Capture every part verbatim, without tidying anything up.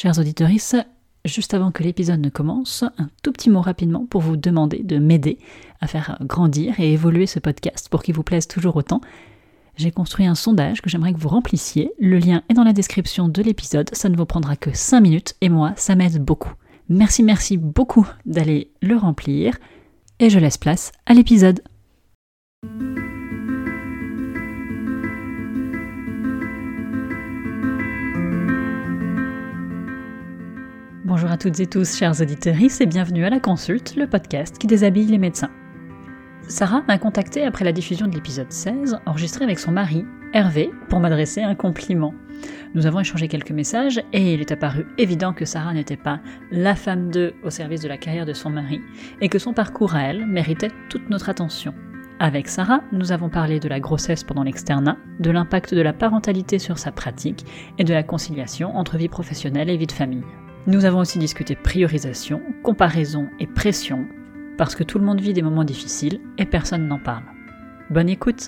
Chers auditeurs, juste avant que l'épisode ne commence, un tout petit mot rapidement pour vous demander de m'aider à faire grandir et évoluer ce podcast pour qu'il vous plaise toujours autant. J'ai construit un sondage que j'aimerais que vous remplissiez. Le lien est dans la description de l'épisode. Ça ne vous prendra que cinq minutes et moi, ça m'aide beaucoup. Merci, merci beaucoup d'aller le remplir. Et je laisse place à l'épisode. Bonjour à toutes et tous, chers auditeurs, et bienvenue à La Consulte, le podcast qui déshabille les médecins. Sarah m'a contactée après la diffusion de l'épisode seize, enregistré avec son mari, Hervé, pour m'adresser un compliment. Nous avons échangé quelques messages et il est apparu évident que Sarah n'était pas la femme d'eux au service de la carrière de son mari et que son parcours à elle méritait toute notre attention. Avec Sarah, nous avons parlé de la grossesse pendant l'externat, de l'impact de la parentalité sur sa pratique et de la conciliation entre vie professionnelle et vie de famille. Nous avons aussi discuté priorisation, comparaison et pression, parce que tout le monde vit des moments difficiles et personne n'en parle. Bonne écoute.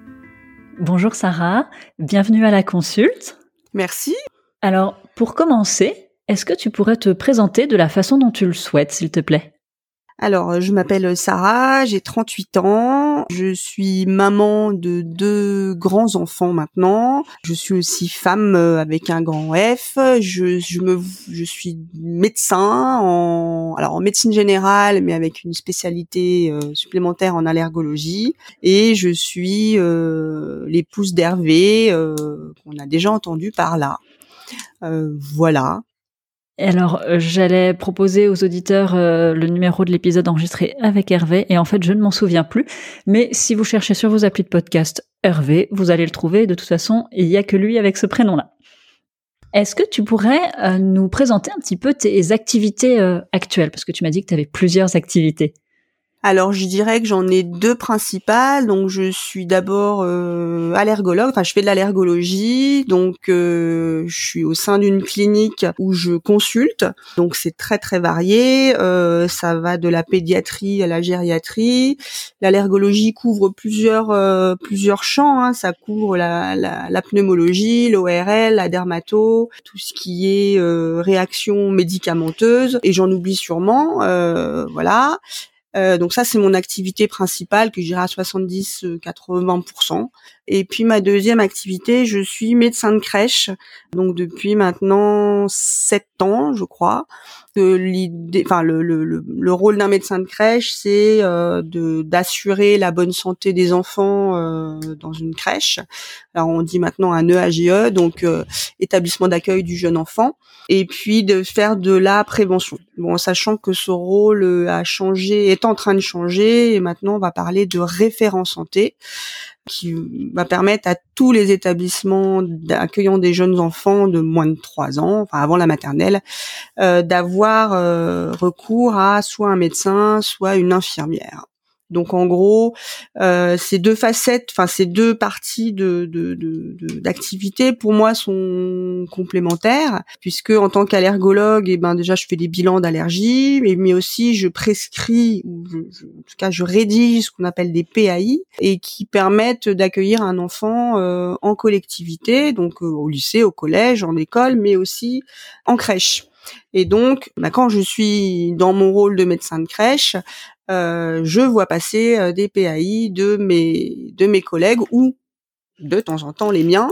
Bonjour Sarah, bienvenue à La Consulte. Merci. Alors, pour commencer, est-ce que tu pourrais te présenter de la façon dont tu le souhaites, s'il te plaît ? Alors, je m'appelle Sarah, j'ai trente-huit ans, je suis maman de deux grands enfants maintenant. Je suis aussi femme avec un grand F. Je, je me, je suis médecin en, alors en médecine générale, mais avec une spécialité euh, supplémentaire en allergologie. Et je suis euh, l'épouse d'Hervé, euh, qu'on a déjà entendu par là. Euh, voilà. Alors, euh, j'allais proposer aux auditeurs euh, le numéro de l'épisode enregistré avec Hervé, et en fait, je ne m'en souviens plus. Mais si vous cherchez sur vos applis de podcast Hervé, vous allez le trouver. De toute façon, il n'y a que lui avec ce prénom-là. Est-ce que tu pourrais euh, nous présenter un petit peu tes activités euh, actuelles ? Parce que tu m'as dit que tu avais plusieurs activités. Alors, je dirais que j'en ai deux principales. Donc, je suis d'abord euh, allergologue. Enfin, je fais de l'allergologie. Donc, euh, je suis au sein d'une clinique où je consulte. Donc, c'est très, très varié. Euh, ça va de la pédiatrie à la gériatrie. L'allergologie couvre plusieurs euh, plusieurs champs. Hein. Ça couvre la, la, la pneumologie, l'O R L, la dermato, tout ce qui est euh, réaction médicamenteuse. Et j'en oublie sûrement. Euh, voilà. Euh, donc ça, c'est mon activité principale que j'irai à soixante-dix à quatre-vingts pour cent. Et puis ma deuxième activité, je suis médecin de crèche, donc depuis maintenant sept ans, je crois. Que l'idée, enfin le, le, le, le rôle d'un médecin de crèche, c'est euh, de d'assurer la bonne santé des enfants euh, dans une crèche. Alors on dit maintenant un E A G E, donc euh, établissement d'accueil du jeune enfant, et puis de faire de la prévention. Bon, sachant que ce rôle a changé, est en train de changer, et maintenant on va parler de référent santé, qui va permettre à tous les établissements accueillant des jeunes enfants de moins de trois ans, enfin avant la maternelle, euh, d'avoir euh, recours à soit un médecin, soit une infirmière. Donc en gros, euh, ces deux facettes, enfin ces deux parties de, de, de, de d'activité, pour moi, sont complémentaires, puisque en tant qu'allergologue, eh ben déjà je fais des bilans d'allergie, mais, mais aussi je prescris, ou je, je, en tout cas je rédige ce qu'on appelle des P A I, et qui permettent d'accueillir un enfant euh, en collectivité, donc euh, au lycée, au collège, en école, mais aussi en crèche. Et donc, bah, quand je suis dans mon rôle de médecin de crèche, euh, je vois passer euh, des P A I de mes de mes collègues ou de temps en temps les miens,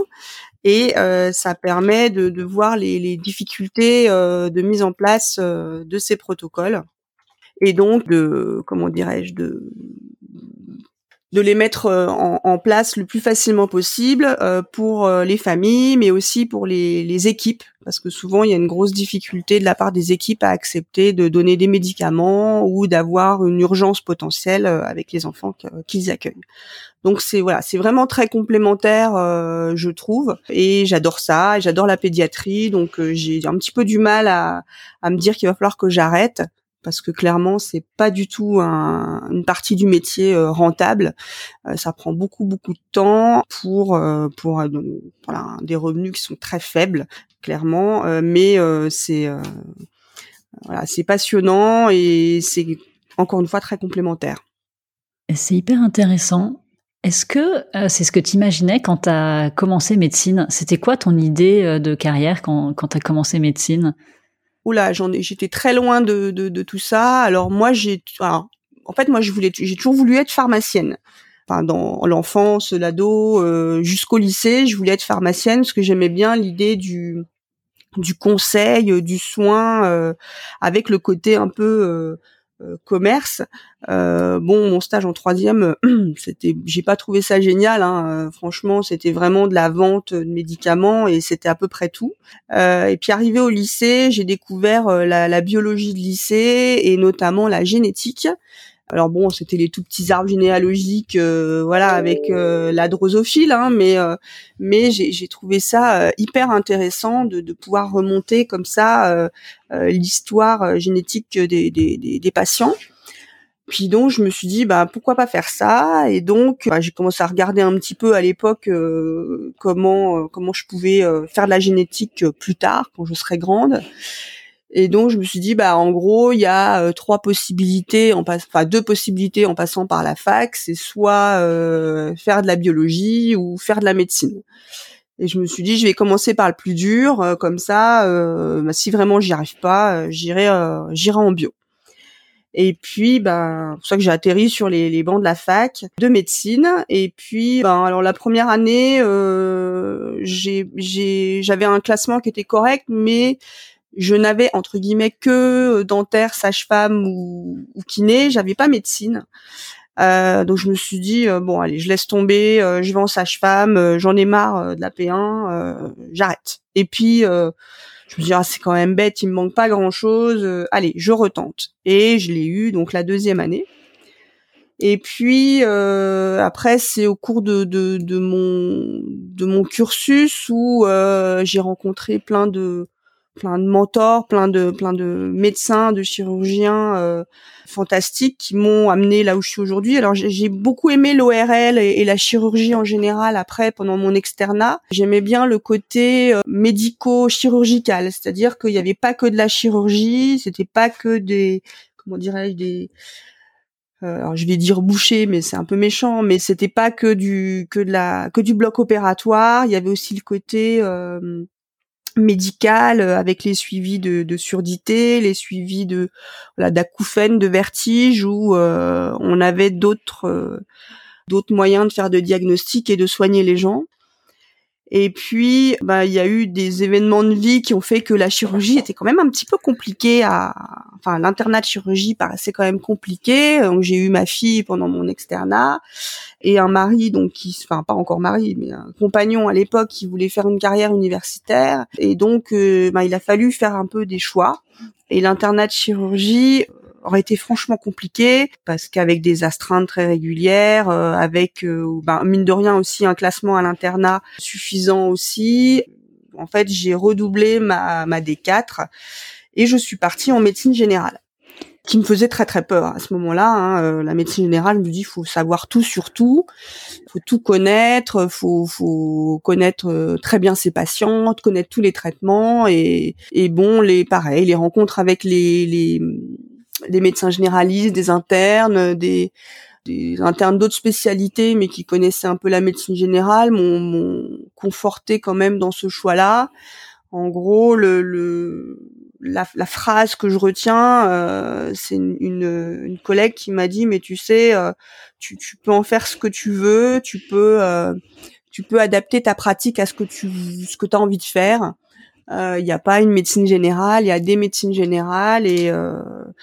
et euh, ça permet de, de voir les, les difficultés euh, de mise en place euh, de ces protocoles, et donc de comment dirais-je de de les mettre en, en place le plus facilement possible euh, pour euh, les familles, mais aussi pour les, les équipes, parce que souvent il y a une grosse difficulté de la part des équipes à accepter de donner des médicaments ou d'avoir une urgence potentielle avec les enfants qu'ils accueillent. Donc c'est voilà, c'est vraiment très complémentaire, euh, je trouve, et j'adore ça, et j'adore la pédiatrie, donc euh, j'ai un petit peu du mal à, à me dire qu'il va falloir que j'arrête, parce que clairement c'est pas du tout un, une partie du métier euh, rentable. Euh, ça prend beaucoup beaucoup de temps pour euh, pour euh, voilà, des revenus qui sont très faibles, clairement, euh, mais euh, c'est euh, voilà, c'est passionnant et c'est encore une fois très complémentaire. C'est hyper intéressant. Est-ce que euh, c'est ce que tu imaginais quand tu as commencé médecine? C'était quoi ton idée euh, de carrière quand, quand tu as commencé médecine? Oula, j'en ai, j'étais très loin de, de, de tout ça. Alors moi, j'ai, alors, en fait, moi, je voulais, j'ai toujours voulu être pharmacienne. Enfin, dans l'enfance, l'ado, euh, jusqu'au lycée, je voulais être pharmacienne parce que j'aimais bien l'idée du du conseil, euh, du soin, euh, avec le côté un peu euh, euh, commerce. Euh, bon, mon stage en troisième, euh, c'était, j'ai pas trouvé ça génial. Hein, euh, franchement, c'était vraiment de la vente de médicaments et c'était à peu près tout. Euh, et puis arrivé au lycée, j'ai découvert euh, la, la biologie de lycée et notamment la génétique. Alors bon, c'était les tout petits arbres généalogiques, euh, voilà, avec euh, la drosophile, hein, mais euh, mais j'ai, j'ai trouvé ça euh, hyper intéressant de, de pouvoir remonter comme ça euh, euh, l'histoire génétique des, des, des, des patients. Puis donc je me suis dit bah pourquoi pas faire ça, et donc bah, j'ai commencé à regarder un petit peu à l'époque euh, comment euh, comment je pouvais euh, faire de la génétique euh, plus tard quand je serais grande. Et donc je me suis dit bah en gros il y a euh, trois possibilités en passe enfin deux possibilités en passant par la fac, c'est soit euh, faire de la biologie ou faire de la médecine. Et je me suis dit je vais commencer par le plus dur, euh, comme ça euh, bah, si vraiment j'y arrive pas, euh, j'irai euh, j'irai en bio. Et puis bah c'est pour ça que j'ai atterri sur les, les bancs de la fac de médecine. Et puis ben alors la première année euh, j'ai j'ai j'avais un classement qui était correct, mais je n'avais entre guillemets que dentaire, sage-femme ou, ou kiné, j'avais pas médecine. Euh, donc je me suis dit euh, bon allez, je laisse tomber, euh, je vais en sage-femme, euh, j'en ai marre euh, de la P un, euh, j'arrête. Et puis euh, je me suis dit ah, c'est quand même bête, il me manque pas grand-chose, euh, allez, je retente. Et je l'ai eu donc la deuxième année. Et puis euh, après c'est au cours de de, de mon de mon cursus où euh, j'ai rencontré plein de plein de mentors, plein de plein de médecins, de chirurgiens euh, fantastiques qui m'ont amené là où je suis aujourd'hui. Alors j'ai, j'ai beaucoup aimé l'O R L et, et la chirurgie en général après pendant mon externat. J'aimais bien le côté euh, médico-chirurgical, c'est-à-dire qu'il n'y avait pas que de la chirurgie, c'était pas que des comment dirais-je des Euh, alors je vais dire boucher, mais c'est un peu méchant, mais c'était pas que du que de la que du bloc opératoire. Il y avait aussi le côté euh, médical euh, avec les suivis de, de surdité, les suivis de voilà, d'acouphènes, de vertiges, où euh, on avait d'autres euh, d'autres moyens de faire de diagnostic et de soigner les gens. Et puis, bah, il y a eu des événements de vie qui ont fait que la chirurgie était quand même un petit peu compliquée à, enfin, l'internat de chirurgie paraissait quand même compliqué. Donc, j'ai eu ma fille pendant mon externat et un mari, donc, qui, enfin, pas encore mari, mais un compagnon à l'époque qui voulait faire une carrière universitaire. Et donc, euh, bah, il a fallu faire un peu des choix. Et l'internat de chirurgie aurait été franchement compliqué parce qu'avec des astreintes très régulières, euh, avec euh, ben, mine de rien aussi un classement à l'internat suffisant aussi. En fait, j'ai redoublé ma, ma D quatre et je suis partie en médecine générale, qui me faisait très très peur à ce moment-là. Hein, euh, la médecine générale me dit faut savoir tout sur tout, faut tout connaître, faut faut connaître euh, très bien ses patients, connaître tous les traitements et et bon les pareil les rencontres avec les les des médecins généralistes, des internes, des, des internes d'autres spécialités, mais qui connaissaient un peu la médecine générale, m'ont, m'ont conforté quand même dans ce choix-là. En gros, le, le la, la phrase que je retiens, euh, c'est une, une, une collègue qui m'a dit, mais tu sais, euh, tu, tu peux en faire ce que tu veux, tu peux, euh, tu peux adapter ta pratique à ce que tu, ce que t'as envie de faire. Il euh, n'y a pas une médecine générale, il y a des médecines générales et euh,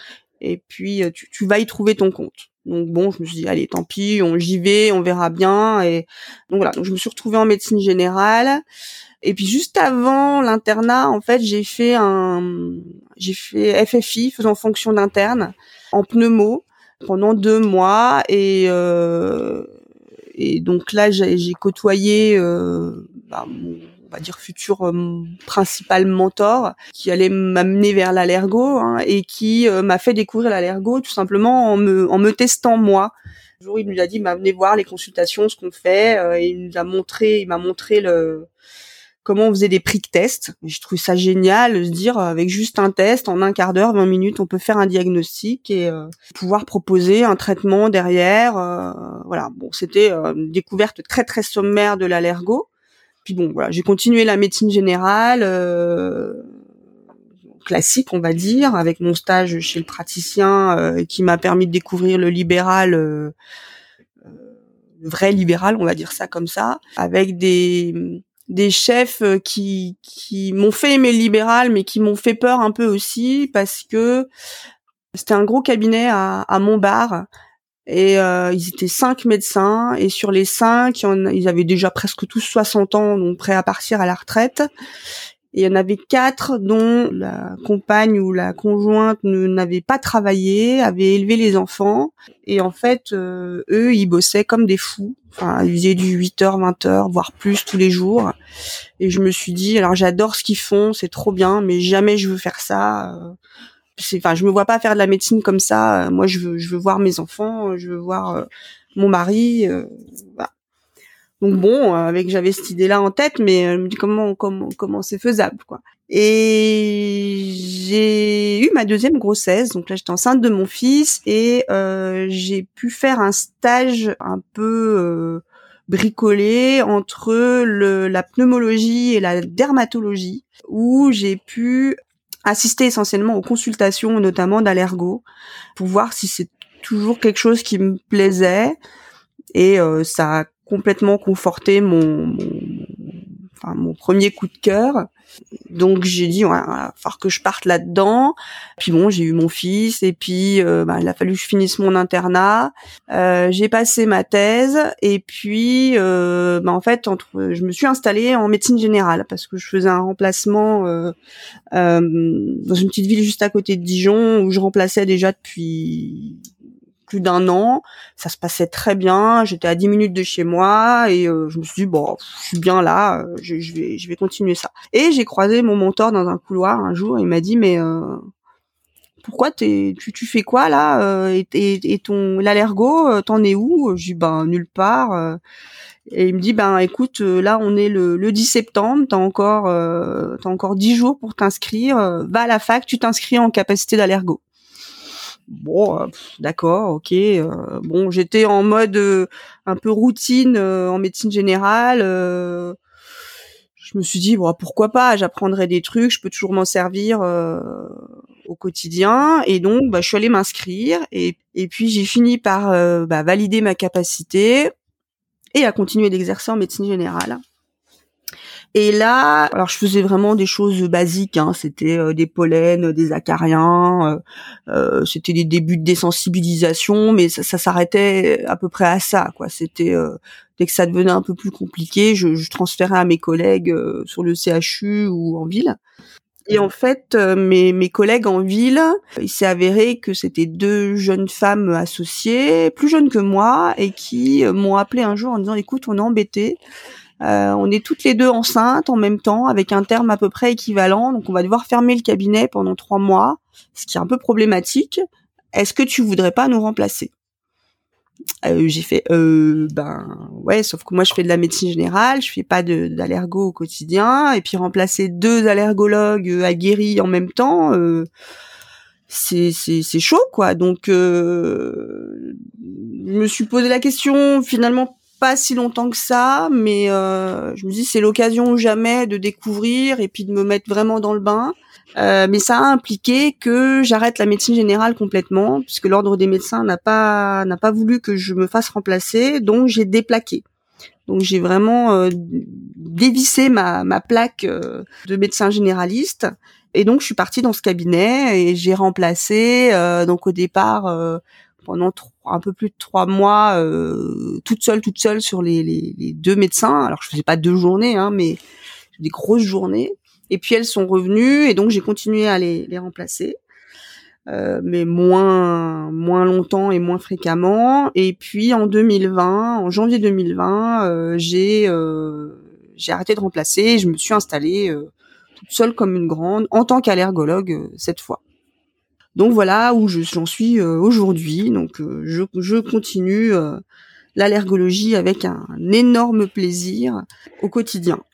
et puis tu, tu vas y trouver ton compte. Donc bon, je me suis dit allez, tant pis, on j'y vais, on verra bien. Et donc voilà, donc je me suis retrouvée en médecine générale. Et puis juste avant l'internat, en fait, j'ai fait un j'ai fait F F I, faisant fonction d'interne en pneumo pendant deux mois et euh, et donc là j'ai, j'ai côtoyé euh, bah, mon on va dire futur euh, principal mentor qui allait m'amener vers l'allergo hein, et qui euh, m'a fait découvrir l'allergo tout simplement en me en me testant moi. Un jour il nous a dit bah, venez voir les consultations, ce qu'on fait euh, et il nous a montré il m'a montré le comment on faisait des prick tests. J'ai trouvé ça génial de se dire avec juste un test, en un quart d'heure, vingt minutes, on peut faire un diagnostic et euh, pouvoir proposer un traitement derrière. Euh, voilà, bon, c'était euh, une découverte très très sommaire de l'allergo. Puis bon, voilà, j'ai continué la médecine générale. Euh, classique, on va dire, avec mon stage chez le praticien euh, qui m'a permis de découvrir le libéral, euh, euh, le vrai libéral, on va dire ça comme ça, avec des des chefs qui qui m'ont fait aimer le libéral, mais qui m'ont fait peur un peu aussi parce que c'était un gros cabinet à, à Montbard. Et euh, ils étaient cinq médecins, et sur les cinq, il y en a, ils avaient déjà presque tous soixante ans, donc prêts à partir à la retraite. Et il y en avait quatre dont la compagne ou la conjointe ne n'avait pas travaillé, avait élevé les enfants. Et en fait, euh, eux, ils bossaient comme des fous. Enfin, ils faisaient du huit heures, vingt heures, voire plus tous les jours. Et je me suis dit, alors j'adore ce qu'ils font, c'est trop bien, mais jamais je veux faire ça. C'est, enfin, je me vois pas faire de la médecine comme ça. Moi, je veux, je veux voir mes enfants, je veux voir euh, mon mari. Euh, voilà. Donc bon, avec j'avais cette idée-là en tête, mais je me dis comment comment comment c'est faisable, quoi. Et j'ai eu ma deuxième grossesse, donc là j'étais enceinte de mon fils et euh, j'ai pu faire un stage un peu euh, bricolé entre le la pneumologie et la dermatologie, où j'ai pu assister essentiellement aux consultations, notamment d'allergo, pour voir si c'est toujours quelque chose qui me plaisait. Et euh, ça a complètement conforté mon, mon, enfin, mon premier coup de cœur. Donc j'ai dit, ouais, il va falloir que je parte là-dedans. Puis bon, j'ai eu mon fils, et puis euh, bah, il a fallu que je finisse mon internat. Euh, j'ai passé ma thèse, et puis euh, bah, en fait, entre, je me suis installée en médecine générale parce que je faisais un remplacement euh, euh, dans une petite ville juste à côté de Dijon où je remplaçais déjà depuis plus d'un an. Ça se passait très bien, j'étais à dix minutes de chez moi, et euh, je me suis dit bon, je suis bien là, je, je vais je vais continuer ça. Et j'ai croisé mon mentor dans un couloir un jour, il m'a dit mais euh, pourquoi t'es tu tu fais quoi là, euh, et, et, et ton l'allergo, t'en es où? Je dis ben nulle part. Et il me dit ben écoute, là on est le, le dix septembre, t'as encore euh, t'as encore dix jours pour t'inscrire, va à la fac, tu t'inscris en capacité d'allergo. Bon, euh, d'accord, ok. Euh, bon, j'étais en mode euh, un peu routine euh, en médecine générale. Euh, je me suis dit, bon, pourquoi pas, j'apprendrai des trucs, je peux toujours m'en servir euh, au quotidien. Et donc, bah, je suis allée m'inscrire, et, et puis j'ai fini par euh, bah, valider ma capacité et à continuer d'exercer en médecine générale. Et là, alors je faisais vraiment des choses basiques, hein. C'était euh, des pollens, des acariens, euh, euh, c'était des débuts de désensibilisation, mais ça, ça s'arrêtait à peu près à ça, quoi. C'était euh, dès que ça devenait un peu plus compliqué, je, je transférais à mes collègues euh, sur le C H U ou en ville. Et en fait, euh, mes, mes collègues en ville, il s'est avéré que c'était deux jeunes femmes associées, plus jeunes que moi, et qui euh, m'ont appelé un jour en disant, écoute, on est embêtés. Euh, on est toutes les deux enceintes en même temps, avec un terme à peu près équivalent, donc on va devoir fermer le cabinet pendant trois mois, ce qui est un peu problématique. Est-ce que tu voudrais pas nous remplacer? euh, J'ai fait, euh, ben ouais, sauf que moi je fais de la médecine générale, je fais pas de, d'allergo au quotidien, et puis remplacer deux allergologues aguerris en même temps, euh, c'est c'est c'est chaud, quoi. Donc euh, je me suis posé la question, finalement pas si longtemps que ça, mais euh, je me dis c'est l'occasion ou jamais de découvrir et puis de me mettre vraiment dans le bain. Euh, mais ça a impliqué que j'arrête la médecine générale complètement, puisque l'ordre des médecins n'a pas n'a pas voulu que je me fasse remplacer, donc j'ai déplaqué. Donc j'ai vraiment euh, dévissé ma ma plaque euh, de médecin généraliste, et donc je suis partie dans ce cabinet et j'ai remplacé euh, donc au départ euh, pendant trois, un peu plus de trois mois, euh, toute seule, toute seule sur les, les, les deux médecins. Alors je faisais pas deux journées, hein, mais des grosses journées. Et puis elles sont revenues, et donc j'ai continué à les, les remplacer, euh, mais moins, moins longtemps et moins fréquemment. Et puis en deux mille vingt, en janvier deux mille vingt, euh, j'ai, euh, j'ai arrêté de remplacer. Et je me suis installée euh, toute seule comme une grande, en tant qu'allergologue euh, cette fois. Donc voilà où je, j'en suis euh, aujourd'hui. Donc euh, je, je continue euh, l'allergologie avec un, un énorme plaisir au quotidien.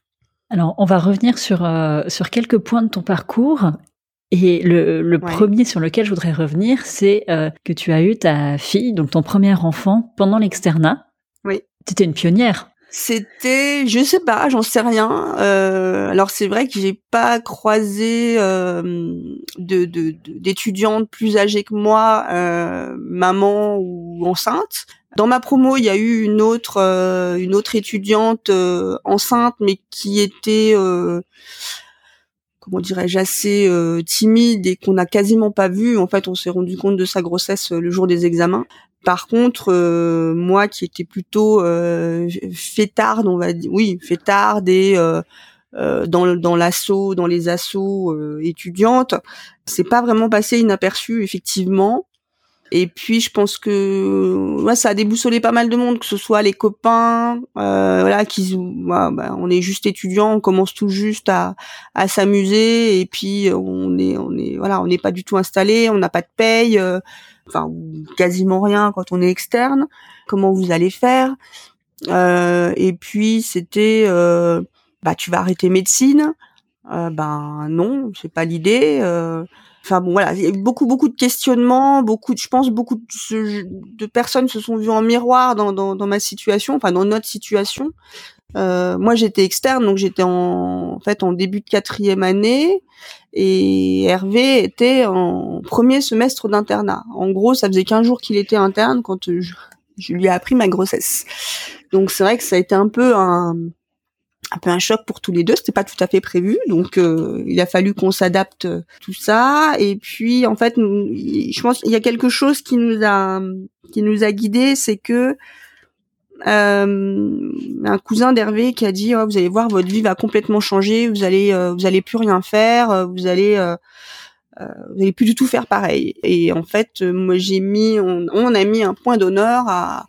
Alors, on va revenir sur, euh, sur quelques points de ton parcours. Et le, le ouais. premier sur lequel je voudrais revenir, c'est euh, que tu as eu ta fille, donc ton premier enfant, pendant l'externat. Oui. Tu étais une pionnière. C'était, je sais pas, j'en sais rien. Euh, alors c'est vrai que j'ai pas croisé euh, de, de, de d'étudiantes plus âgées que moi, euh, maman ou enceinte. Dans ma promo, il y a eu une autre, euh, une autre étudiante euh, enceinte, mais qui était euh, comment dirais-je, assez euh, timide et qu'on n'a quasiment pas vu. En fait, on s'est rendu compte de sa grossesse le jour des examens. Par contre, euh, moi qui étais plutôt euh, fêtarde, on va dire, oui, fêtarde et euh, euh, dans dans l'assaut, dans les assauts euh, étudiantes, c'est pas vraiment passé inaperçu effectivement. Et puis je pense que ouais, ça a déboussolé pas mal de monde, que ce soit les copains, euh, voilà, qui, ouais, bah, on est juste étudiants, on commence tout juste à, à s'amuser, et puis on est, on est, voilà, on n'est pas du tout installé, on n'a pas de paye, euh, enfin quasiment rien quand on est externe. Comment vous allez faire? Euh, et puis c'était, euh, bah tu vas arrêter médecine? Euh, ben non, c'est pas l'idée. Euh, Enfin bon, voilà, il y a eu beaucoup beaucoup de questionnements, beaucoup, de, je pense, beaucoup de, de personnes se sont vues en miroir dans, dans, dans ma situation, enfin dans notre situation. Euh, moi, j'étais externe, donc j'étais en, en fait en début de quatrième année, et Hervé était en premier semestre d'internat. En gros, ça faisait quinze jours qu'il était interne quand je, je lui ai appris ma grossesse. Donc c'est vrai que ça a été un peu un un peu un choc pour tous les deux, c'était pas tout à fait prévu, donc euh, il a fallu qu'on s'adapte euh, tout ça. Et puis en fait, nous, je pense qu'il y a quelque chose qui nous a qui nous a guidés, c'est que euh, un cousin d'Hervé qui a dit oh, vous allez voir, votre vie va complètement changer, vous allez euh, vous allez plus rien faire, vous allez euh, euh, vous allez plus du tout faire pareil. Et en fait, moi j'ai mis on, on a mis un point d'honneur à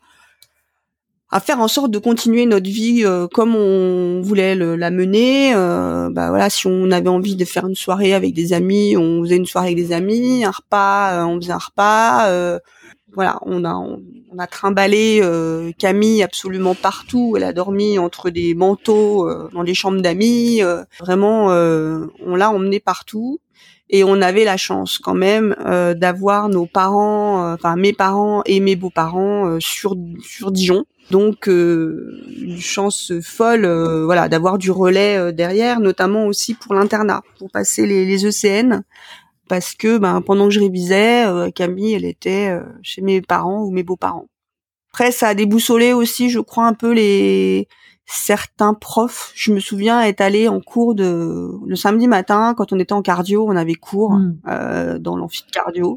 à faire en sorte de continuer notre vie euh, comme on voulait le, la mener. Euh, bah voilà, si on avait envie de faire une soirée avec des amis, on faisait une soirée avec des amis, un repas, euh, on faisait un repas. Euh, voilà, on a on, on a trimballé euh, Camille absolument partout. Elle a dormi entre des manteaux euh, dans les chambres d'amis. Euh, vraiment, euh, on l'a emmenée partout. Et on avait la chance quand même euh, d'avoir nos parents, euh, enfin mes parents et mes beaux-parents euh, sur sur Dijon. Donc euh, une chance folle, euh, voilà, d'avoir du relais euh, derrière, notamment aussi pour l'internat, pour passer les, les E C N, parce que ben pendant que je révisais, euh, Camille, elle était euh, chez mes parents ou mes beaux-parents. Après, ça a déboussolé aussi, je crois, un peu les certains profs. Je me souviens être allée en cours de le samedi matin quand on était en cardio, on avait cours mmh. euh, dans l'amphi de cardio.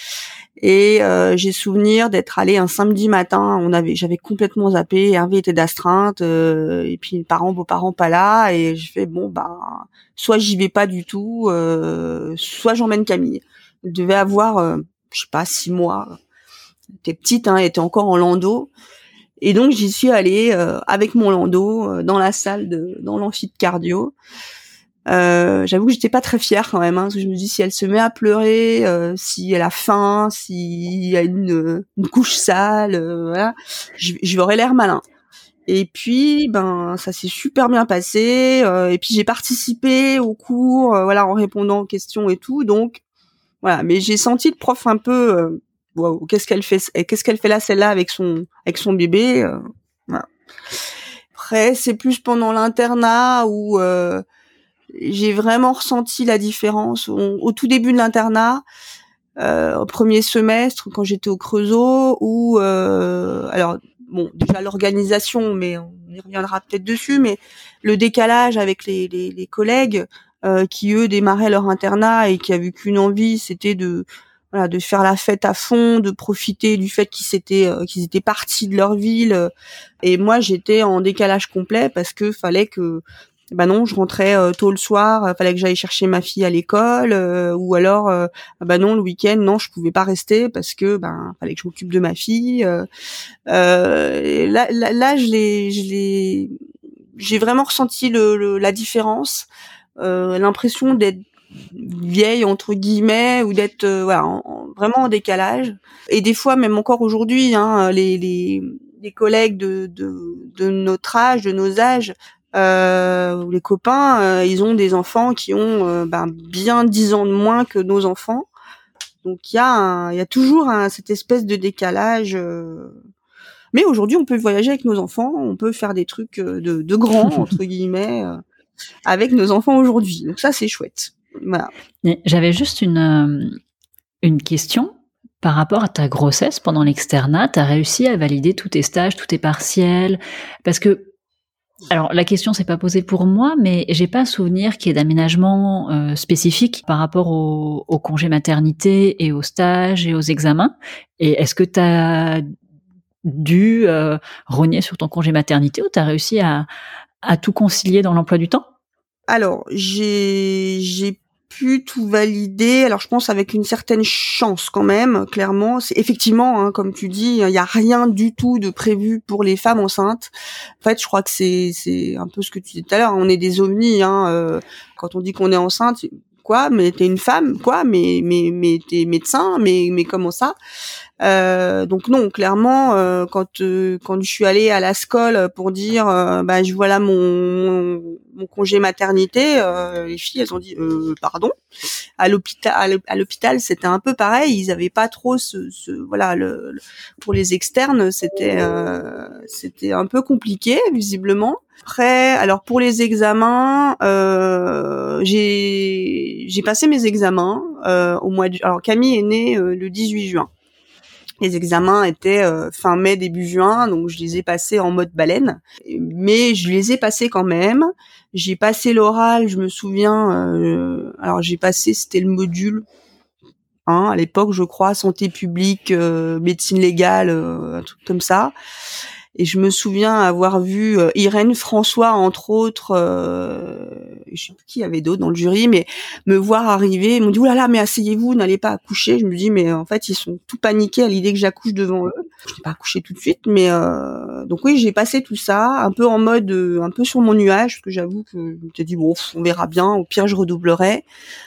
Et euh, j'ai souvenir d'être allée un samedi matin, on avait, j'avais complètement zappé, Hervé était d'astreinte, euh, et puis parents, beaux-parents pas là, et je fais bon bah soit j'y vais pas du tout, euh, soit j'emmène Camille. Elle devait avoir, euh, je sais pas, six mois, elle était petite, hein, elle était encore en landau, et donc j'y suis allée euh, avec mon landau euh, dans la salle de, dans l'amphi de cardio. Euh, j'avoue que j'étais pas très fière quand même, hein, parce que je me dis si elle se met à pleurer, euh, si elle a faim, s'il y a une, une couche sale, euh, voilà, je, je aurais l'air malin. Et puis, ben, ça s'est super bien passé. Euh, et puis j'ai participé au cours, euh, voilà, en répondant aux questions et tout. Donc, voilà. Mais j'ai senti le prof un peu, euh, wow, qu'est-ce qu'elle fait, qu'est-ce qu'elle fait là, celle-là, avec son, avec son bébé. Euh, voilà. Après, c'est plus pendant l'internat où euh, j'ai vraiment ressenti la différence. On, au tout début de l'internat, euh, au premier semestre, quand j'étais au Creusot, où, euh, alors, bon, déjà l'organisation, mais on y reviendra peut-être dessus, mais le décalage avec les, les, les collègues euh, qui, eux, démarraient leur internat et qui avaient qu'une envie, c'était de, voilà, de faire la fête à fond, de profiter du fait qu'ils étaient, euh, qu'ils étaient partis de leur ville. Et moi, j'étais en décalage complet parce que fallait que bah non, je rentrais euh, tôt le soir, euh, fallait que j'aille chercher ma fille à l'école, euh, ou alors euh, bah non, le week-end, non, je pouvais pas rester parce que ben fallait que je m'occupe de ma fille. Euh, euh, là, là, là, je l'ai, je l'ai, j'ai vraiment ressenti le, le la différence, euh, l'impression d'être vieille entre guillemets ou d'être euh, voilà, en, en, vraiment en décalage. Et des fois, même encore aujourd'hui, hein, les les les collègues de de de notre âge, de nos âges. Euh, les copains, euh, ils ont des enfants qui ont euh, ben, bien dix ans de moins que nos enfants. Donc il y a un, il y a toujours un, cette espèce de décalage. Euh... Mais aujourd'hui, on peut voyager avec nos enfants, on peut faire des trucs de, de grands entre guillemets euh, avec nos enfants aujourd'hui. Donc ça, c'est chouette. Voilà. J'avais juste une euh, une question par rapport à ta grossesse pendant l'externat. T'as réussi à valider tous tes stages, tous tes partiels, parce que alors la question s'est pas posée pour moi, mais j'ai pas souvenir qu'il y ait d'aménagement euh, spécifique par rapport au, au congé maternité et aux stages et aux examens. Et est-ce que t'as dû euh, rogner sur ton congé maternité ou t'as réussi à, à tout concilier dans l'emploi du temps? Alors j'ai j'ai pu tout valider. Alors je pense avec une certaine chance quand même. Clairement, c'est effectivement, hein, comme tu dis, il y a rien du tout de prévu pour les femmes enceintes. En fait, je crois que c'est c'est un peu ce que tu disais tout à l'heure. On est des ovnis. Hein, euh, quand on dit qu'on est enceinte, quoi? Mais t'es une femme, quoi? Mais mais mais t'es médecin, mais mais comment ça? Euh, donc non, clairement, euh, quand euh, quand je suis allée à la Scole pour dire, euh, bah je voilà mon, mon mon congé maternité, euh, les filles elles ont dit euh, pardon. À l'hôpital, à l'hôpital, c'était un peu pareil. Ils avaient pas trop ce, ce voilà le, le pour les externes, c'était euh, c'était un peu compliqué visiblement. Après, alors pour les examens, euh, j'ai j'ai passé mes examens euh, au mois de. Alors Camille est née euh, le dix-huit juin. Les examens étaient euh, fin mai, début juin, donc je les ai passés en mode baleine. Mais je les ai passés quand même. J'ai passé l'oral, je me souviens. Euh, alors j'ai passé, c'était le module hein, à l'époque, je crois, santé publique, euh, médecine légale, euh, un truc comme ça. Et je me souviens avoir vu euh, Irène François, entre autres, euh, je sais plus qui y avait d'autres dans le jury, mais me voir arriver, ils m'ont dit « Ouh là là, mais asseyez-vous, n'allez pas accoucher ». Je me dis « Mais en fait, ils sont tout paniqués à l'idée que j'accouche devant eux ». Je n'ai pas accouché tout de suite, mais euh, donc oui, j'ai passé tout ça, un peu en mode, euh, un peu sur mon nuage, parce que j'avoue que je me suis dit « Bon, on verra bien, au pire, je redoublerai ».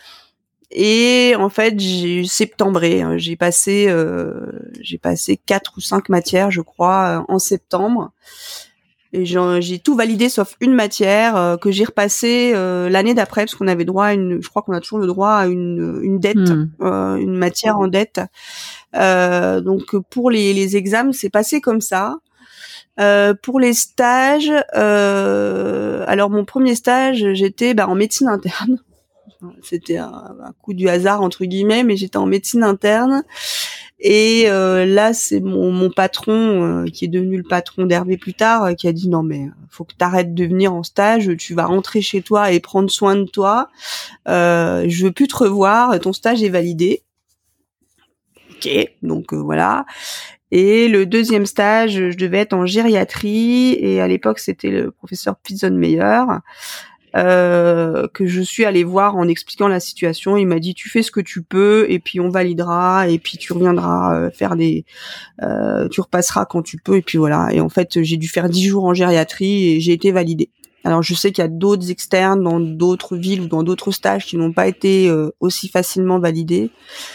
Et en fait, j'ai septembré. J'ai passé, euh, j'ai passé quatre ou cinq matières, je crois, en septembre. Et j'ai tout validé sauf une matière euh, que j'ai repassée euh, l'année d'après parce qu'on avait droit à une, je crois qu'on a toujours le droit à une, une dette, mmh. euh, une matière en dette. Euh, donc pour les, les examens, c'est passé comme ça. Euh, pour les stages, euh, alors mon premier stage, j'étais bah, en médecine interne. C'était un, un coup du hasard entre guillemets, mais j'étais en médecine interne et euh, là c'est mon, mon patron euh, qui est devenu le patron d'Hervé plus tard euh, qui a dit non mais faut que t'arrêtes de venir en stage, tu vas rentrer chez toi et prendre soin de toi. Euh, je veux plus te revoir, ton stage est validé. Ok, donc euh, voilà. Et le deuxième stage, je devais être en gériatrie et à l'époque c'était le professeur Pizzonmeyer. Euh, que je suis allée voir en expliquant la situation. Il m'a dit tu fais ce que tu peux et puis on validera et puis tu reviendras euh, faire des euh, tu repasseras quand tu peux et puis voilà. Et en fait j'ai dû faire dix jours en gériatrie et j'ai été validée. Alors je sais qu'il y a d'autres externes dans d'autres villes ou dans d'autres stages qui n'ont pas été euh, aussi facilement validés.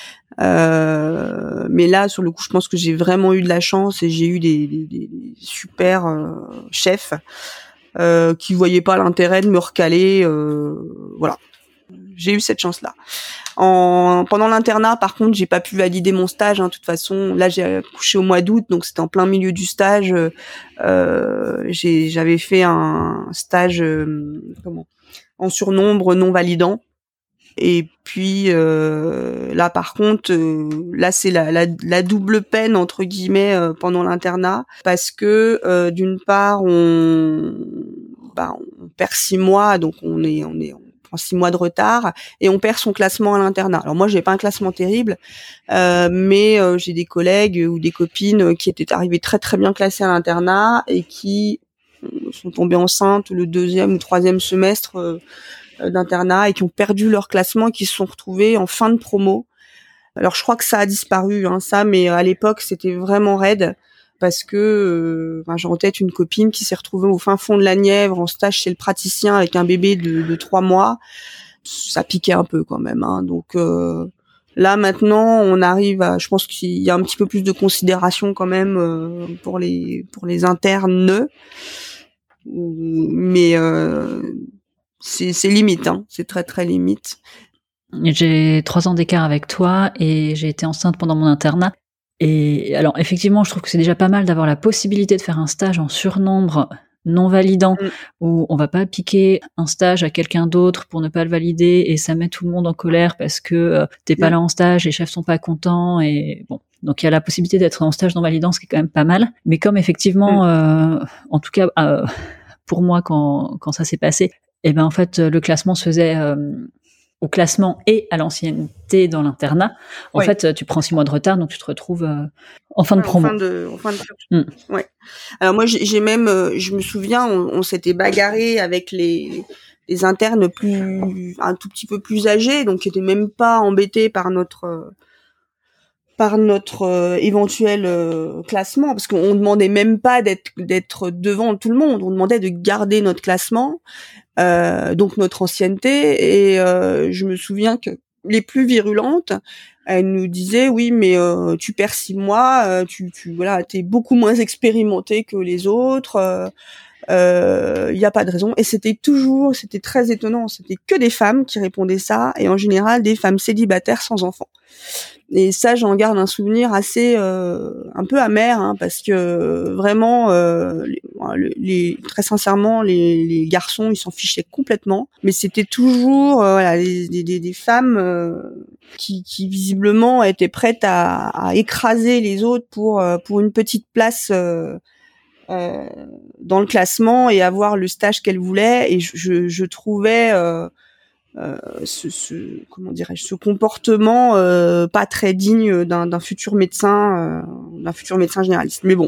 Euh, mais là sur le coup je pense que j'ai vraiment eu de la chance et j'ai eu des, des, des super euh, chefs Euh, qui voyaient pas l'intérêt de me recaler, euh, voilà. J'ai eu cette chance-là. En pendant l'internat, par contre, j'ai pas pu valider mon stage. Hein, de toute façon, là, j'ai accouché au mois d'août, donc c'était en plein milieu du stage. Euh, j'ai, j'avais fait un stage, euh, comment, en surnombre non validant. Et puis euh, là, par contre, euh, là c'est la, la, la double peine entre guillemets euh, pendant l'internat, parce que euh, d'une part on, bah, on perd six mois, donc on est, on est, on prend six mois de retard et on perd son classement à l'internat. Alors moi, j'ai pas un classement terrible, euh, mais euh, j'ai des collègues ou des copines qui étaient arrivées très très bien classées à l'internat et qui sont tombées enceintes le deuxième ou troisième semestre. Euh, d'internat et qui ont perdu leur classement et qui se sont retrouvés en fin de promo. Alors je crois que ça a disparu, hein, ça, mais à l'époque c'était vraiment raide parce que euh, enfin, j'ai en tête une copine qui s'est retrouvée au fin fond de la Nièvre en stage chez le praticien avec un bébé de, de trois mois. Ça piquait un peu quand même. Hein, donc euh, là maintenant on arrive à, je pense qu'il y a un petit peu plus de considération quand même euh, pour les pour les internes. mais euh, c'est, c'est limite, hein, c'est très très limite. J'ai trois ans d'écart avec toi et j'ai été enceinte pendant mon internat. Et alors effectivement, je trouve que c'est déjà pas mal d'avoir la possibilité de faire un stage en surnombre non validant, mmh. où on va pas piquer un stage à quelqu'un d'autre pour ne pas le valider et ça met tout le monde en colère parce que euh, t'es pas mmh. là en stage, les chefs sont pas contents et bon. Donc il y a la possibilité d'être en stage non validant, ce qui est quand même pas mal. Mais comme effectivement, mmh. euh, en tout cas euh, pour moi quand quand ça s'est passé, et eh ben en fait le classement se faisait euh, au classement et à l'ancienneté dans l'internat. En oui. fait, tu prends six mois de retard, donc tu te retrouves euh, en fin de promo. En fin de, en fin de... Mm. Ouais. Alors moi, j'ai, j'ai même, euh, je me souviens, on, on s'était bagarré avec les, les internes plus, un tout petit peu plus âgés, donc qui étaient même pas embêtés par notre, euh, par notre euh, éventuel euh, classement, parce qu'on demandait même pas d'être, d'être devant tout le monde, on demandait de garder notre classement. Euh, donc notre ancienneté, et euh, je me souviens que les plus virulentes, elles nous disaient oui mais euh, tu perds six mois, euh, tu tu voilà t'es beaucoup moins expérimenté que les autres, il euh, y a pas de raison. Et c'était toujours, c'était très étonnant, c'était que des femmes qui répondaient ça, et en général des femmes célibataires sans enfants. Et ça, j'en garde un souvenir assez euh, un peu amer, hein, parce que vraiment, euh, les, les, très sincèrement, les, les garçons, ils s'en fichaient complètement. Mais c'était toujours euh, voilà, des, des, des femmes euh, qui, qui visiblement étaient prêtes à, à écraser les autres pour pour une petite place euh, euh, dans le classement et avoir le stage qu'elles voulaient. Et je, je, je trouvais euh, Euh, ce, ce comment dirais-je ce comportement euh, pas très digne d'un, d'un futur médecin euh, d'un futur médecin généraliste. Mais bon,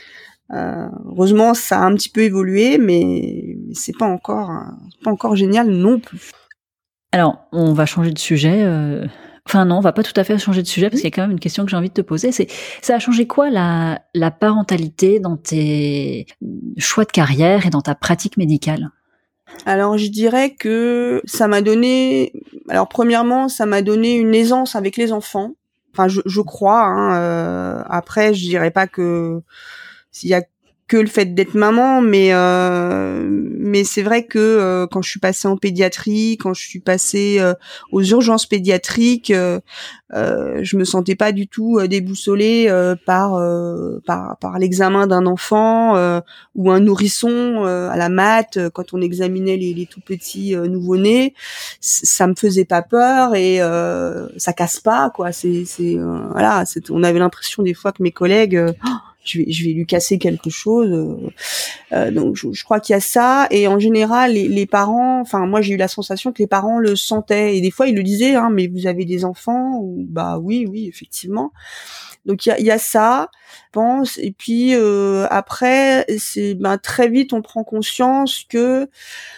euh, heureusement ça a un petit peu évolué, mais, mais c'est pas encore euh, c'est pas encore génial non plus. Alors on va changer de sujet. Euh... Enfin non, on va pas tout à fait changer de sujet parce qu'il y a quand même une question que j'ai envie de te poser. C'est ça a changé quoi la la parentalité dans tes choix de carrière et dans ta pratique médicale? Alors je dirais que ça m'a donné, alors premièrement ça m'a donné une aisance avec les enfants. Enfin je, je crois. Hein, euh, après je dirais pas que s'il y a que le fait d'être maman, mais euh, mais c'est vrai que euh, quand je suis passée en pédiatrie, quand je suis passée euh, aux urgences pédiatriques, euh, euh, je me sentais pas du tout euh, déboussolée euh, par euh, par par l'examen d'un enfant euh, ou un nourrisson euh, à la mat euh, quand on examinait les, les tout petits euh, nouveau-nés. C- ça me faisait pas peur et euh, ça casse pas quoi. C'est c'est euh, voilà, c'est, on avait l'impression des fois que mes collègues euh, oh, je vais, je vais lui casser quelque chose. Euh, donc, je, je crois qu'il y a ça. Et en général, les, les parents, enfin, moi, j'ai eu la sensation que les parents le sentaient. Et des fois, ils le disaient, hein, mais vous avez des enfants? Ou, bah oui, oui, effectivement. Donc, il y a, il y a ça, je pense. Et puis, euh, après, c'est, ben, très vite, on prend conscience que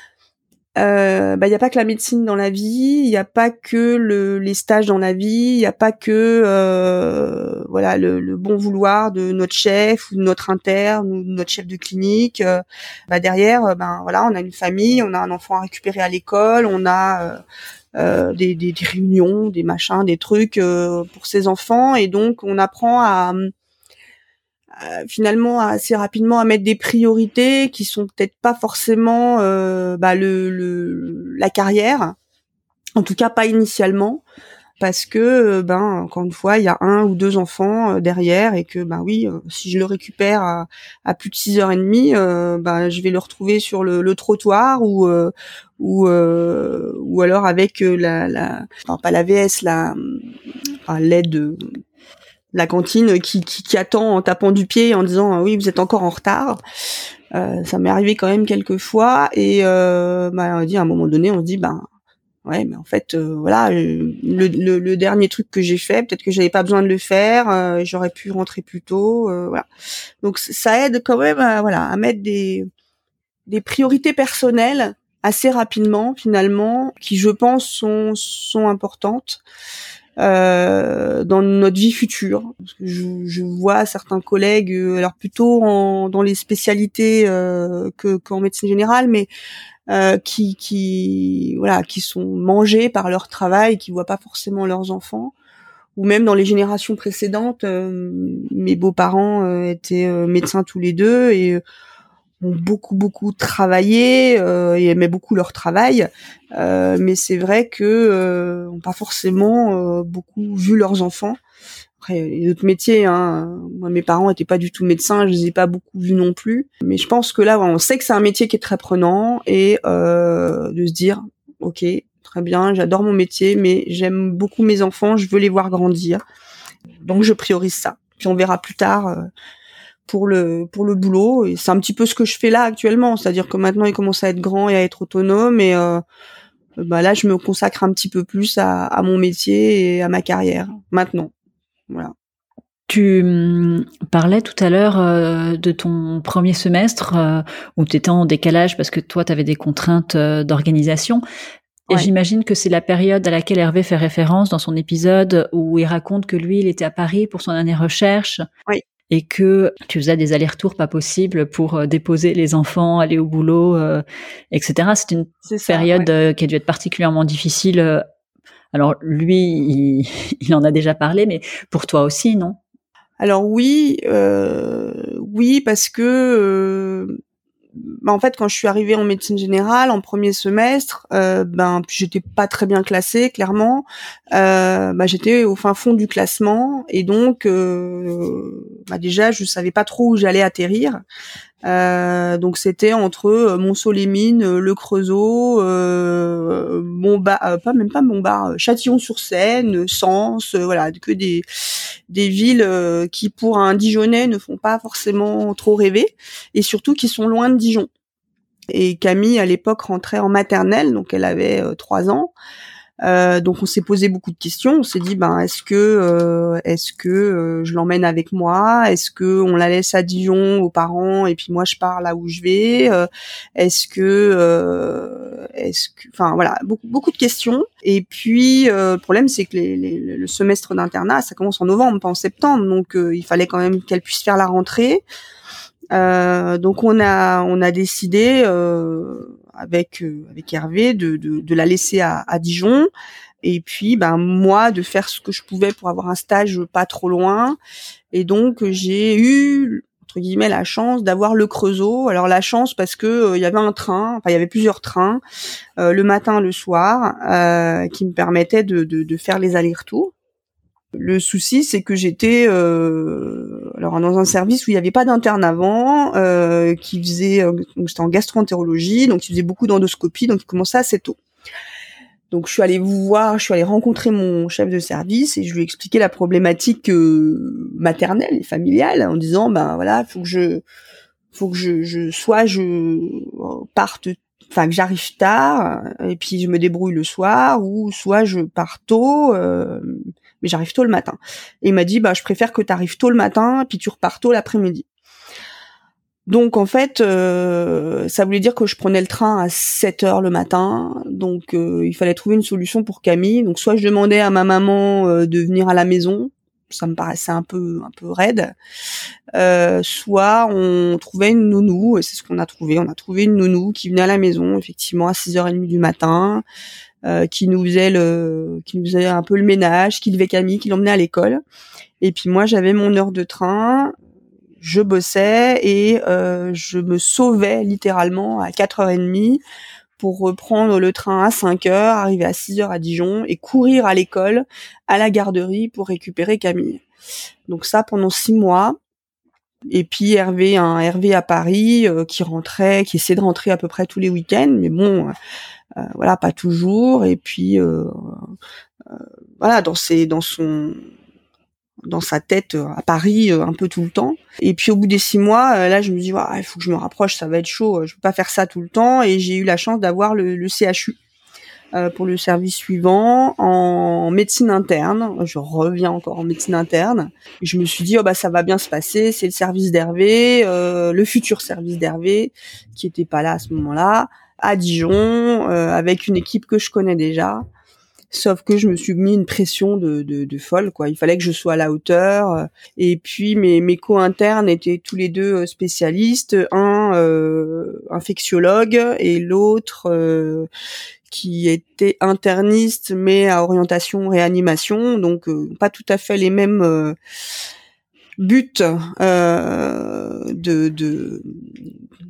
Euh, bah il y a pas que la médecine dans la vie, il y a pas que le, les stages dans la vie, il y a pas que euh, voilà le, le bon vouloir de notre chef ou de notre interne ou de notre chef de clinique. Euh, bah derrière, euh, ben voilà, on a une famille, on a un enfant à récupérer à l'école, on a euh, euh, des, des, des réunions, des machins, des trucs euh, pour ses enfants, et donc on apprend à Euh, finalement assez rapidement à mettre des priorités qui sont peut-être pas forcément euh, bah, le, le la carrière, en tout cas pas initialement, parce que ben encore une fois il y a un ou deux enfants euh, derrière, et que ben oui euh, si je le récupère à, à plus de six heures et demie, euh, ben je vais le retrouver sur le, le trottoir ou euh, ou euh, ou alors avec euh, la la enfin pas la V S, la enfin, l'aide de la cantine qui, qui, qui attend en tapant du pied en disant oui vous êtes encore en retard. Euh, ça m'est arrivé quand même quelques fois, et euh, bah, on dit à un moment donné on se dit ben ouais mais en fait euh, voilà le, le, le dernier truc que j'ai fait peut-être que j'avais pas besoin de le faire, euh, j'aurais pu rentrer plus tôt, euh, voilà. Donc ça aide quand même à, voilà à mettre des des priorités personnelles assez rapidement finalement, qui je pense sont sont importantes Euh, dans notre vie future. Parce que je, je vois certains collègues, euh, alors plutôt en, dans les spécialités euh, que qu'en médecine générale, mais euh, qui qui voilà qui sont mangés par leur travail, qui voient pas forcément leurs enfants. Ou même dans les générations précédentes, euh, mes beaux-parents euh, étaient euh, médecins tous les deux, et ont beaucoup beaucoup travaillé euh, et aimaient beaucoup leur travail, euh, mais c'est vrai que euh, ont pas forcément euh, beaucoup vu leurs enfants. Après, il y a d'autres métiers, hein. Moi, mes parents étaient pas du tout médecins, je les ai pas beaucoup vus non plus. Mais je pense que là, on sait que c'est un métier qui est très prenant et euh, de se dire, ok, très bien, j'adore mon métier, mais j'aime beaucoup mes enfants, je veux les voir grandir, donc je priorise ça. Puis on verra plus tard euh, pour le pour le boulot. Et c'est un petit peu ce que je fais là actuellement, c'est-à-dire que maintenant ils commencent à être grands et à être autonomes et euh, bah là, je me consacre un petit peu plus à, à mon métier et à ma carrière maintenant. Voilà. Tu hum, parlais tout à l'heure euh, de ton premier semestre euh, où tu étais en décalage parce que toi, tu avais des contraintes euh, d'organisation. Et Ouais. j'imagine que c'est la période à laquelle Hervé fait référence dans son épisode où il raconte que lui, il était à Paris pour son année recherche. Oui. Et que tu faisais des allers-retours pas possibles pour euh, déposer les enfants, aller au boulot, euh, et cetera. C'est une C'est ça, période ouais. euh, qui a dû être particulièrement difficile. euh, Alors lui, il, il en a déjà parlé, mais pour toi aussi, non? Alors oui, euh, oui parce que euh, bah en fait quand je suis arrivée en médecine générale en premier semestre, euh, ben j'étais pas très bien classée clairement. Euh, bah j'étais au fin fond du classement et donc euh, bah déjà je savais pas trop où j'allais atterrir. Euh, donc c'était entre euh, Montceau-les-Mines, euh, le Creusot, euh, Montbard, euh, pas même pas Montbard, euh, Châtillon-sur-Seine, euh, Sens, euh, voilà, que des des villes euh, qui pour un Dijonnais ne font pas forcément trop rêver et surtout qui sont loin de Dijon. Et Camille à l'époque rentrait en maternelle, donc elle avait euh, trois ans. Euh, donc on s'est posé beaucoup de questions. On s'est dit ben est-ce que euh, est-ce que euh, je l'emmène avec moi? Est-ce que on la laisse à Dijon aux parents et puis moi je pars là où je vais? euh, Est-ce que euh, est-ce que enfin voilà beaucoup beaucoup de questions. Et puis euh, le problème c'est que les, les, le semestre d'internat ça commence en novembre pas en septembre donc euh, il fallait quand même qu'elle puisse faire la rentrée. Euh, donc on a on a décidé euh, avec euh, avec Hervé de, de de la laisser à, à Dijon et puis ben moi de faire ce que je pouvais pour avoir un stage pas trop loin et donc j'ai eu entre guillemets la chance d'avoir le Creusot. Alors la chance parce que euh, il y avait un train, enfin il y avait plusieurs trains euh, le matin le soir euh, qui me permettaient de de, de faire les allers-retours. Le souci, c'est que j'étais euh, alors dans un service où il n'y avait pas d'interne avant, euh, qui faisait, euh, donc j'étais en gastro-entérologie, donc il faisait beaucoup d'endoscopie, donc il commençait assez tôt. Donc je suis allée vous voir, je suis allée rencontrer mon chef de service et je lui ai expliqué la problématique euh, maternelle et familiale en disant ben voilà, faut que je, faut que je, je soit je parte, enfin que j'arrive tard et puis je me débrouille le soir ou soit je pars tôt. Euh, mais j'arrive tôt le matin. Et il m'a dit, bah, je préfère que tu arrives tôt le matin, puis tu repars tôt l'après-midi. Donc, en fait, euh, ça voulait dire que je prenais le train à sept heures le matin. Donc, euh, il fallait trouver une solution pour Camille. Donc, soit je demandais à ma maman euh, de venir à la maison. Ça me paraissait un peu, un peu raide. Euh, soit on trouvait une nounou. Et c'est ce qu'on a trouvé. On a trouvé une nounou qui venait à la maison, effectivement, à six heures trente du matin. Euh, qui nous faisait le, qui nous faisait un peu le ménage, qui levait Camille, qui l'emmenait à l'école. Et puis moi, j'avais mon heure de train, je bossais et euh, je me sauvais littéralement à quatre heures trente pour reprendre le train à cinq heures, arriver à six heures à Dijon et courir à l'école, à la garderie pour récupérer Camille. Donc ça pendant six mois. Et puis Hervé, un Hervé à Paris euh, qui rentrait, qui essayait de rentrer à peu près tous les week-ends, mais bon. Euh, Euh, voilà, pas toujours. Et puis euh, euh, voilà, dans ses, dans son, dans sa tête euh, à Paris euh, un peu tout le temps. Et puis au bout des six mois, euh, là, je me dis, ah, il faut que je me rapproche, ça va être chaud. Je peux pas faire ça tout le temps. Et j'ai eu la chance d'avoir le, le C H U euh, pour le service suivant en médecine interne. Je reviens encore en médecine interne. Et je me suis dit, oh bah ça va bien se passer. C'est le service d'Hervé, euh, le futur service d'Hervé, qui était pas là à ce moment-là, à Dijon, euh, avec une équipe que je connais déjà. Sauf que je me suis mis une pression de, de, de folle, quoi. Il fallait que je sois à la hauteur. Et puis mes, mes co-internes étaient tous les deux spécialistes, un euh, infectiologue et l'autre euh, qui était interniste mais à orientation réanimation, donc euh, pas tout à fait les mêmes euh, buts euh, de, de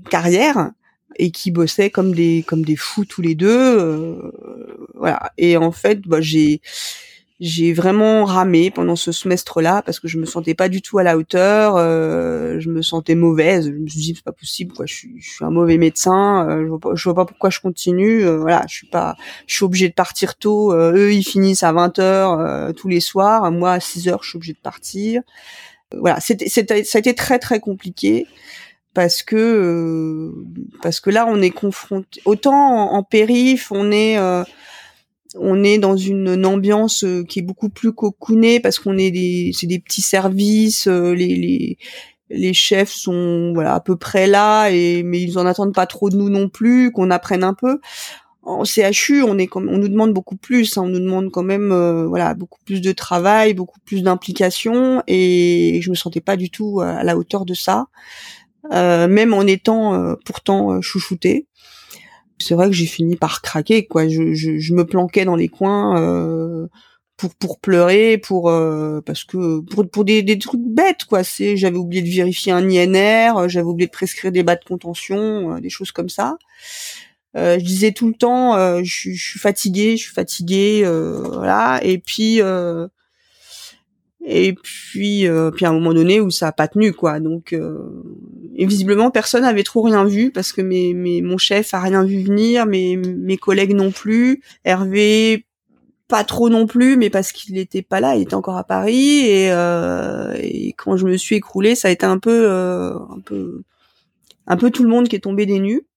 carrière et qui bossaient comme des comme des fous tous les deux. Euh, voilà. Et en fait, bah, j'ai j'ai vraiment ramé pendant ce semestre-là parce que je me sentais pas du tout à la hauteur. Euh, je me sentais mauvaise. Je me suis dit c'est pas possible, quoi. Je suis je suis un mauvais médecin. Euh, je vois pas je vois pas pourquoi je continue. Euh, voilà, je suis pas je suis obligée de partir tôt. Euh, eux ils finissent à vingt heures euh, tous les soirs. Moi à six heures je suis obligée de partir. Euh, voilà, c'était c'était ça a été très très compliqué. Parce que euh, parce que là on est confronté autant en, en périph on est euh, on est dans une, une ambiance euh, qui est beaucoup plus cocoonée parce qu'on est des c'est des petits services, euh, les les les chefs sont voilà à peu près là et mais ils en attendent pas trop de nous non plus, qu'on apprenne un peu. En C H U on est comme on nous demande beaucoup plus, hein, on nous demande quand même euh, voilà beaucoup plus de travail, beaucoup plus d'implication et je me sentais pas du tout à la hauteur de ça. Euh, même en étant euh, pourtant euh, chouchoutée. C'est vrai que j'ai fini par craquer, quoi. Je, je, je me planquais dans les coins euh, pour pour pleurer, pour euh, parce que pour pour des, des trucs bêtes, quoi. C'est j'avais oublié de vérifier un I N R, j'avais oublié de prescrire des bas de contention, euh, des choses comme ça. Euh, je disais tout le temps, euh, je, je suis fatiguée, je suis fatiguée, euh, voilà. Et puis euh, Et puis, euh, puis à un moment donné où ça a pas tenu, quoi. Donc, euh, et visiblement personne n'avait trop rien vu parce que mes, mes, mon chef a rien vu venir, mes, mes collègues non plus, Hervé pas trop non plus, mais parce qu'il était pas là, il était encore à Paris. Et, euh, et quand je me suis écroulée, ça a été un peu, euh, un peu, un peu tout le monde qui est tombé des nues.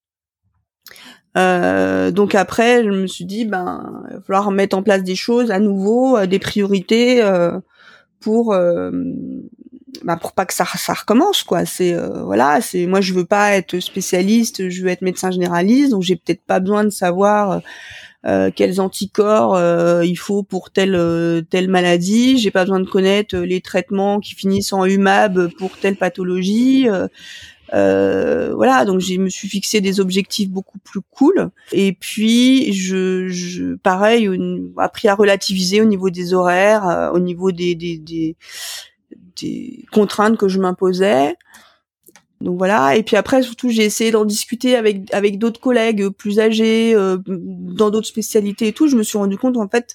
Euh, donc après, je me suis dit, ben, il va falloir mettre en place des choses à nouveau, euh, des priorités. Euh, pour euh, bah pour pas que ça ça recommence, quoi. C'est euh, voilà, c'est moi je veux pas être spécialiste, je veux être médecin généraliste, donc j'ai peut-être pas besoin de savoir euh, quels anticorps euh, il faut pour telle euh, telle maladie, j'ai pas besoin de connaître les traitements qui finissent en U M A B pour telle pathologie. Euh, Euh, voilà, donc je me suis fixé des objectifs beaucoup plus cool. Et puis, je, je pareil, appris à relativiser au niveau des horaires, euh, au niveau des, des, des, des contraintes que je m'imposais. Donc voilà. Et puis après, surtout, j'ai essayé d'en discuter avec avec d'autres collègues plus âgés, euh, dans d'autres spécialités et tout. Je me suis rendu compte, en fait,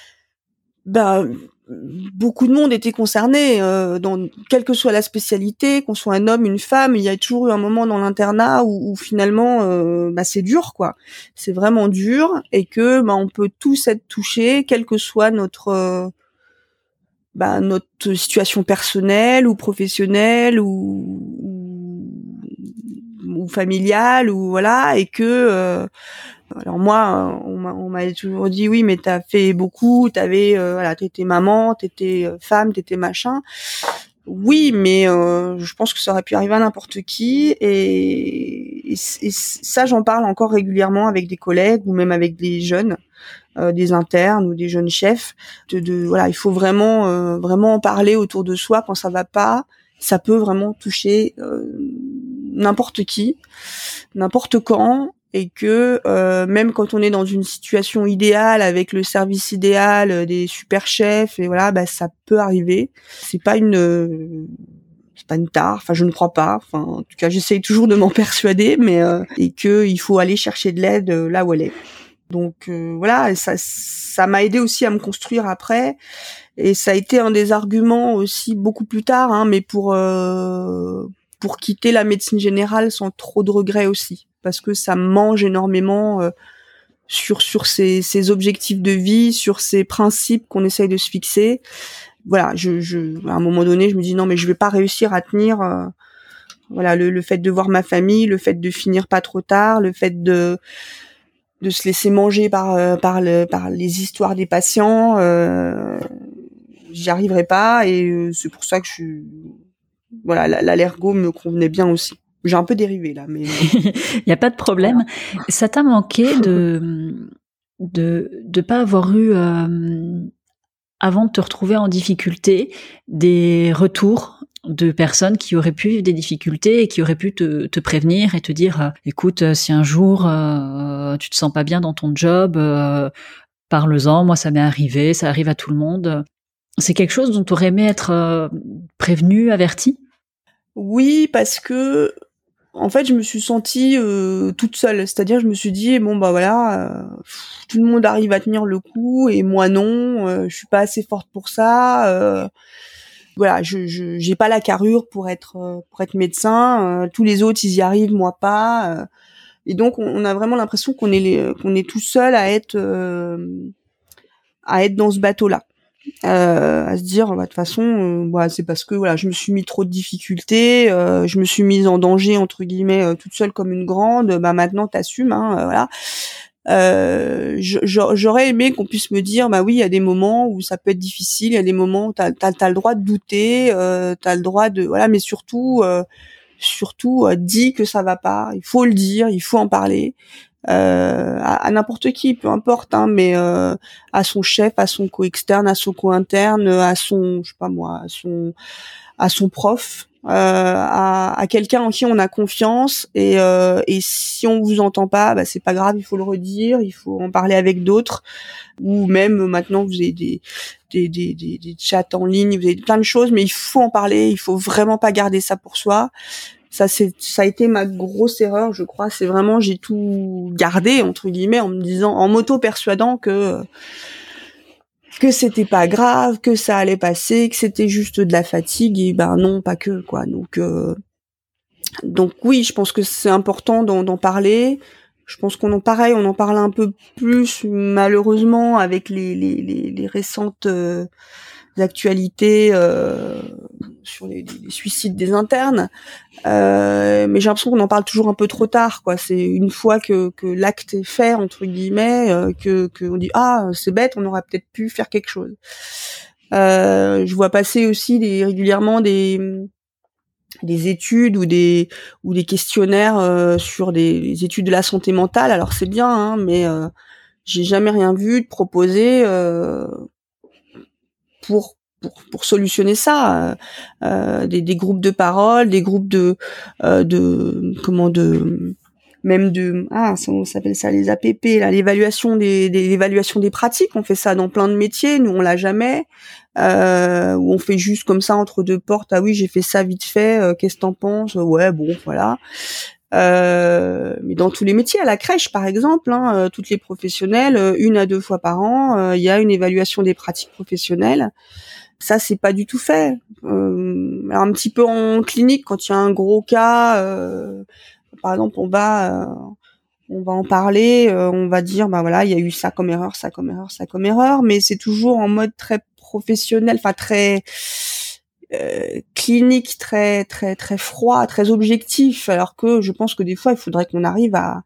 ben beaucoup de monde était concerné, euh, dans quelle que soit la spécialité, qu'on soit un homme, une femme, il y a toujours eu un moment dans l'internat où, où finalement, euh, bah c'est dur, quoi. C'est vraiment dur et que bah on peut tous être touchés, quelle que soit notre euh, bah notre situation personnelle ou professionnelle ou ou, ou familiale ou voilà et que euh, alors moi, on m'a, on m'a toujours dit oui, mais t'as fait beaucoup, t'avais, euh, voilà, t'étais maman, t'étais femme, t'étais machin. Oui, mais euh, je pense que ça aurait pu arriver à n'importe qui, et, et, et ça, j'en parle encore régulièrement avec des collègues ou même avec des jeunes, euh, des internes ou des jeunes chefs. De, de voilà, il faut vraiment, euh, vraiment en parler autour de soi quand ça va pas. Ça peut vraiment toucher euh, n'importe qui, n'importe quand. Et que euh, même quand on est dans une situation idéale avec le service idéal, euh, des super chefs et voilà, bah ça peut arriver. C'est pas une euh, c'est pas une tare, enfin je ne crois pas. Enfin en tout cas, j'essaye toujours de m'en persuader, mais euh, et que il faut aller chercher de l'aide là où elle est. Donc euh, voilà, et ça ça m'a aidé aussi à me construire après. Et ça a été un des arguments aussi beaucoup plus tard, hein, mais pour euh, pour quitter la médecine générale sans trop de regrets aussi. Parce que ça mange énormément euh, sur sur ces, ces objectifs de vie, sur ces principes qu'on essaye de se fixer. Voilà, je, je à un moment donné, je me dis non mais je vais pas réussir à tenir. Euh, voilà, le, le fait de voir ma famille, le fait de finir pas trop tard, le fait de de se laisser manger par euh, par le par les histoires des patients, euh, j'y arriverai pas et euh, c'est pour ça que je voilà l'allergo me convenait bien aussi. J'ai un peu dérivé là, mais il y a pas de problème. Voilà. Ça t'a manqué de de de pas avoir eu euh, avant de te retrouver en difficulté des retours de personnes qui auraient pu vivre des difficultés et qui auraient pu te, te prévenir et te dire euh, écoute, si un jour euh, tu te sens pas bien dans ton job, euh, parle-en, moi ça m'est arrivé, ça arrive à tout le monde. C'est quelque chose dont tu aurais aimé être euh, prévenu, averti ? Oui, parce que en fait, je me suis sentie euh, toute seule. C'est-à-dire, je me suis dit bon bah voilà, euh, tout le monde arrive à tenir le coup et moi non. Euh, je suis pas assez forte pour ça. Euh, voilà, je, je j'ai pas la carrure pour être euh, pour être médecin. Euh, tous les autres, ils y arrivent, moi pas. Euh, et donc, on, on a vraiment l'impression qu'on est les, qu'on est tout seul à être euh, à être dans ce bateau-là. Euh, à se dire bah, de toute façon euh, bah, c'est parce que voilà je me suis mis trop de difficultés, euh, je me suis mise en danger entre guillemets euh, toute seule comme une grande, bah maintenant t'assumes hein, euh, voilà. Euh, j'aurais aimé qu'on puisse me dire bah oui il y a des moments où ça peut être difficile, il y a des moments où t'as t'as, t'as le droit de douter, euh, t'as le droit de voilà, mais surtout euh, surtout euh, dis que ça va pas, il faut le dire, il faut en parler. Euh, à, à n'importe qui, peu importe, hein, mais euh, à son chef, à son co-externe, à son co-interne, à son, je sais pas moi, à son, à son prof, euh, à, à quelqu'un en qui on a confiance. Et, euh, et si on vous entend pas, bah c'est pas grave, il faut le redire, il faut en parler avec d'autres. Ou même maintenant vous avez des des, des des des chats en ligne, vous avez plein de choses, mais il faut en parler, il faut vraiment pas garder ça pour soi. Ça c'est ça a été ma grosse erreur, je crois. C'est vraiment j'ai tout gardé entre guillemets en me disant, en m'auto-persuadant que que c'était pas grave, que ça allait passer, que c'était juste de la fatigue. Et ben non, pas que quoi. Donc euh, donc oui, je pense que c'est important d'en, d'en parler. Je pense qu'on en pareil, on en parle un peu plus malheureusement avec les les les, les récentes euh, actualités euh, sur les, les suicides des internes. Euh, mais j'ai l'impression qu'on en parle toujours un peu trop tard, quoi. C'est une fois que, que l'acte est fait entre guillemets, euh, que qu'on dit ah c'est bête, on aurait peut-être pu faire quelque chose. Euh, je vois passer aussi des, régulièrement des des études ou des ou des questionnaires euh, sur des, des études de la santé mentale. Alors c'est bien, hein, mais euh, j'ai jamais rien vu de proposé euh, pour Pour, pour solutionner ça, euh, des, des groupes de parole, des groupes de, euh, de comment de, même de, ah, ça, on s'appelle ça les A P P, là, l'évaluation des, des, l'évaluation des pratiques. On fait ça dans plein de métiers. Nous, on l'a jamais. Euh, où on fait juste comme ça entre deux portes. Ah oui, j'ai fait ça vite fait. Euh, qu'est-ce que t'en penses? Ouais, bon, voilà. Euh, mais dans tous les métiers, à la crèche par exemple, hein, euh, toutes les professionnelles, euh, une à deux fois par an, il euh, y a une évaluation des pratiques professionnelles. Ça, c'est pas du tout fait. Euh, alors un petit peu en clinique, quand il y a un gros cas, euh, par exemple, on va, euh, on va en parler, euh, on va dire, bah voilà, il y a eu ça comme erreur, ça comme erreur, ça comme erreur, mais c'est toujours en mode très professionnel, enfin très euh, clinique, très très très froid, très objectif. Alors que je pense que des fois, il faudrait qu'on arrive à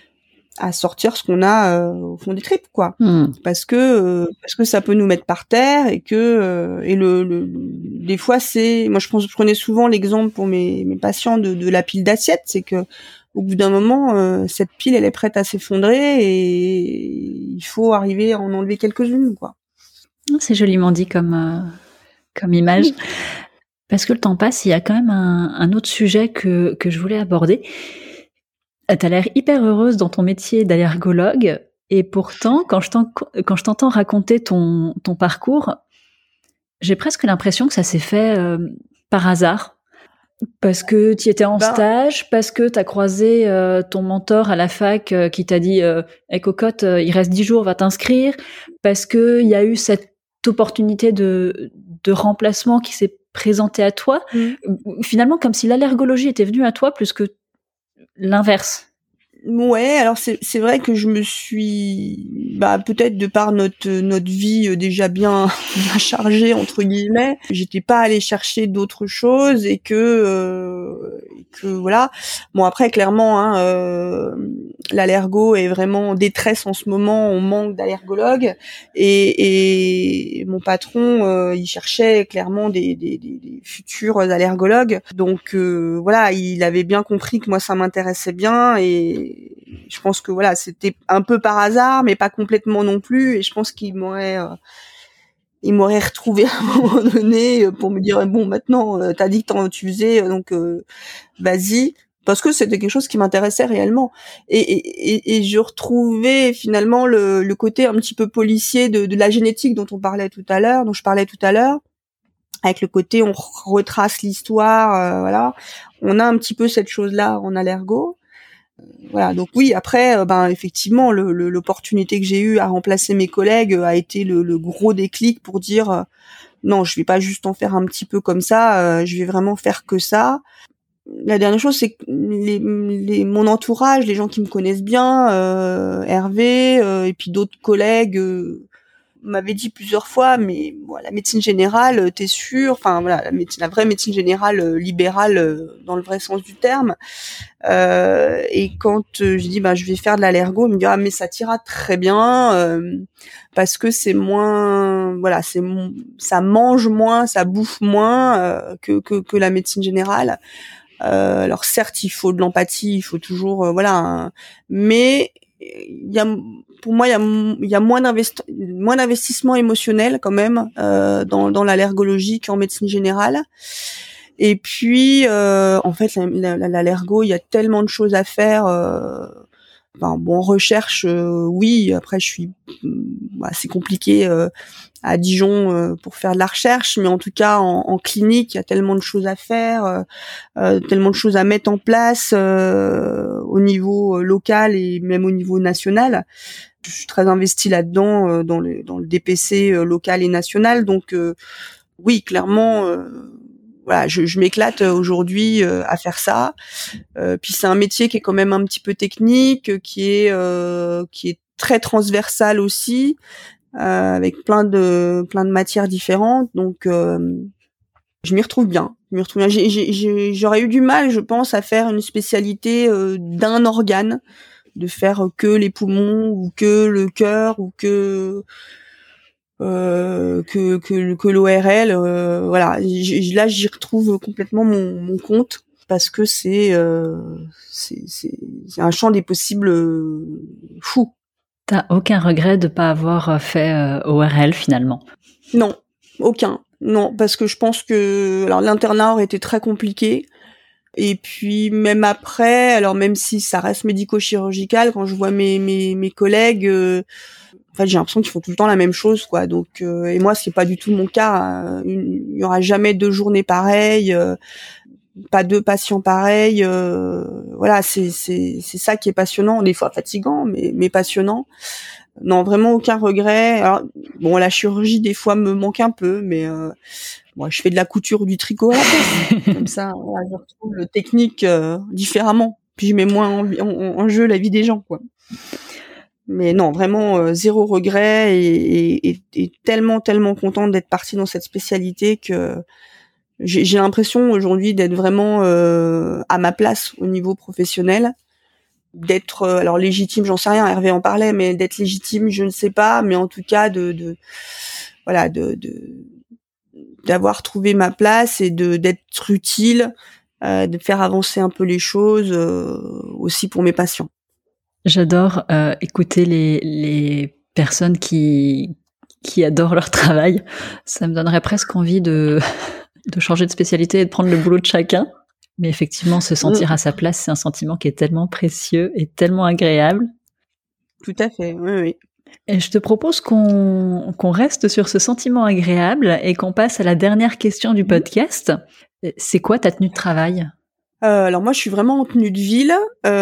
à sortir ce qu'on a euh, au fond des tripes, quoi. Mmh. Parce que euh, parce que ça peut nous mettre par terre et que euh, et le, le des fois c'est, moi je pense, je prenais souvent l'exemple pour mes mes patients de de la pile d'assiettes, c'est que au bout d'un moment euh, cette pile elle est prête à s'effondrer et il faut arriver à en enlever quelques-unes, quoi. C'est joliment dit comme euh, comme image. Mmh. Parce que le temps passe, il y a quand même un, un autre sujet que que je voulais aborder. T'as l'air hyper heureuse dans ton métier d'allergologue, et pourtant, quand je, quand je t'entends raconter ton, ton parcours, j'ai presque l'impression que ça s'est fait euh, par hasard. Parce que tu étais en ben... stage, parce que t'as croisé euh, ton mentor à la fac euh, qui t'a dit euh, « Hey cocotte, euh, il reste dix jours, va t'inscrire », parce qu'il y a eu cette opportunité de, de remplacement qui s'est présentée à toi. Mmh. Finalement, comme si l'allergologie était venue à toi plus que l'inverse. Ouais, alors c'est c'est vrai que je me suis, bah peut-être de par notre notre vie déjà bien bien chargée entre guillemets, j'étais pas allée chercher d'autres choses et que euh, et que voilà. Bon après clairement hein, euh, l'allergo est vraiment en détresse en ce moment, on manque d'allergologues et et mon patron euh, il cherchait clairement des des des, des futurs allergologues. Donc euh, voilà, il avait bien compris que moi ça m'intéressait bien et je pense que voilà, c'était un peu par hasard, mais pas complètement non plus. Et je pense qu'il m'aurait, euh, il m'aurait retrouvé à un moment donné pour me dire bon, maintenant, euh, t'as dit que tu faisais, donc euh, vas-y, parce que c'était quelque chose qui m'intéressait réellement. Et, et, et, et je retrouvais finalement le, le côté un petit peu policier de, de la génétique dont on parlait tout à l'heure, dont je parlais tout à l'heure. avec le côté on retrace l'histoire, euh, voilà. On a un petit peu cette chose-là en allergo. Voilà, donc oui, après, euh, ben effectivement, le, le, l'opportunité que j'ai eue à remplacer mes collègues a été le, le gros déclic pour dire euh, non, je vais pas juste en faire un petit peu comme ça, euh, je vais vraiment faire que ça. La dernière chose, c'est que les, les, mon entourage, les gens qui me connaissent bien, euh, Hervé euh, et puis d'autres collègues euh, m'avaient dit plusieurs fois, mais bon, la médecine générale, t'es sûr, enfin voilà, la, médecine, la vraie médecine générale euh, libérale euh, dans le vrai sens du terme. Euh, et quand euh, je dis bah je vais faire de l'allergo, il me dit ah mais ça t'ira très bien euh, parce que c'est moins voilà c'est ça mange moins, ça bouffe moins euh, que, que que la médecine générale. Euh, alors certes il faut de l'empathie, il faut toujours euh, voilà un, mais il y a pour moi il y a il y a moins d'investi- moins d'investissement émotionnel quand même euh, dans dans l'allergologie qu'en médecine générale. Et puis, euh, en fait, la, la, l'allergo, il y a tellement de choses à faire. Euh, enfin, bon, en recherche, euh, oui. Après, je suis, bah, c'est compliqué euh, à Dijon euh, pour faire de la recherche, mais en tout cas, en, en clinique, il y a tellement de choses à faire, euh, euh, tellement de choses à mettre en place euh, au niveau local et même au niveau national. Je suis très investie là-dedans, euh, dans le dans le D P C euh, local et national. Donc, euh, oui, clairement. Euh, Voilà, je, je m'éclate aujourd'hui euh, à faire ça. Euh, puis c'est un métier qui est quand même un petit peu technique, qui est euh, qui est très transversal aussi, euh, avec plein de plein de matières différentes. Donc euh, je m'y retrouve bien. Je m'y retrouve bien. J'ai, j'ai, j'ai, j'aurais eu du mal, je pense, à faire une spécialité euh, d'un organe, de faire que les poumons ou que le cœur ou que Euh, que que que l'O R L, euh, voilà. J- là, j'y retrouve complètement mon, mon compte parce que c'est euh, c'est c'est c'est un champ des possibles euh, fou. T'as aucun regret de pas avoir fait euh, O R L finalement? Non, aucun. Non, parce que je pense que alors l'internat aurait été très compliqué. Et puis même après, alors même si ça reste médico-chirurgical, quand je vois mes mes mes collègues. Euh, En fait, j'ai l'impression qu'ils font tout le temps la même chose, quoi. Donc, euh, et moi, c'est pas du tout mon cas. Il y aura jamais deux journées pareilles, euh, pas deux patients pareils. Euh, voilà, c'est c'est c'est ça qui est passionnant, des fois fatigant, mais mais passionnant. Non, vraiment aucun regret. Alors, bon, la chirurgie des fois me manque un peu, mais euh, moi, je fais de la couture ou du tricot à la place. Comme ça, voilà, je retrouve le technique euh, différemment. Puis je mets moins en, en, en jeu la vie des gens, quoi. Mais non, vraiment euh, zéro regret et, et, et tellement, tellement contente d'être partie dans cette spécialité que j'ai, j'ai l'impression aujourd'hui d'être vraiment euh, à ma place au niveau professionnel, d'être euh, alors légitime, j'en sais rien, Hervé en parlait, mais d'être légitime, je ne sais pas, mais en tout cas de, de voilà, de, de d'avoir trouvé ma place et de d'être utile, euh, de faire avancer un peu les choses euh, aussi pour mes patients. J'adore euh, écouter les, les personnes qui, qui adorent leur travail. Ça me donnerait presque envie de, de changer de spécialité et de prendre le boulot de chacun. Mais effectivement, se sentir à sa place, c'est un sentiment qui est tellement précieux et tellement agréable. Tout à fait, oui, oui. Et je te propose qu'on, qu'on reste sur ce sentiment agréable et qu'on passe à la dernière question du podcast. C'est quoi ta tenue de travail ? Euh, alors moi, je suis vraiment en tenue de ville.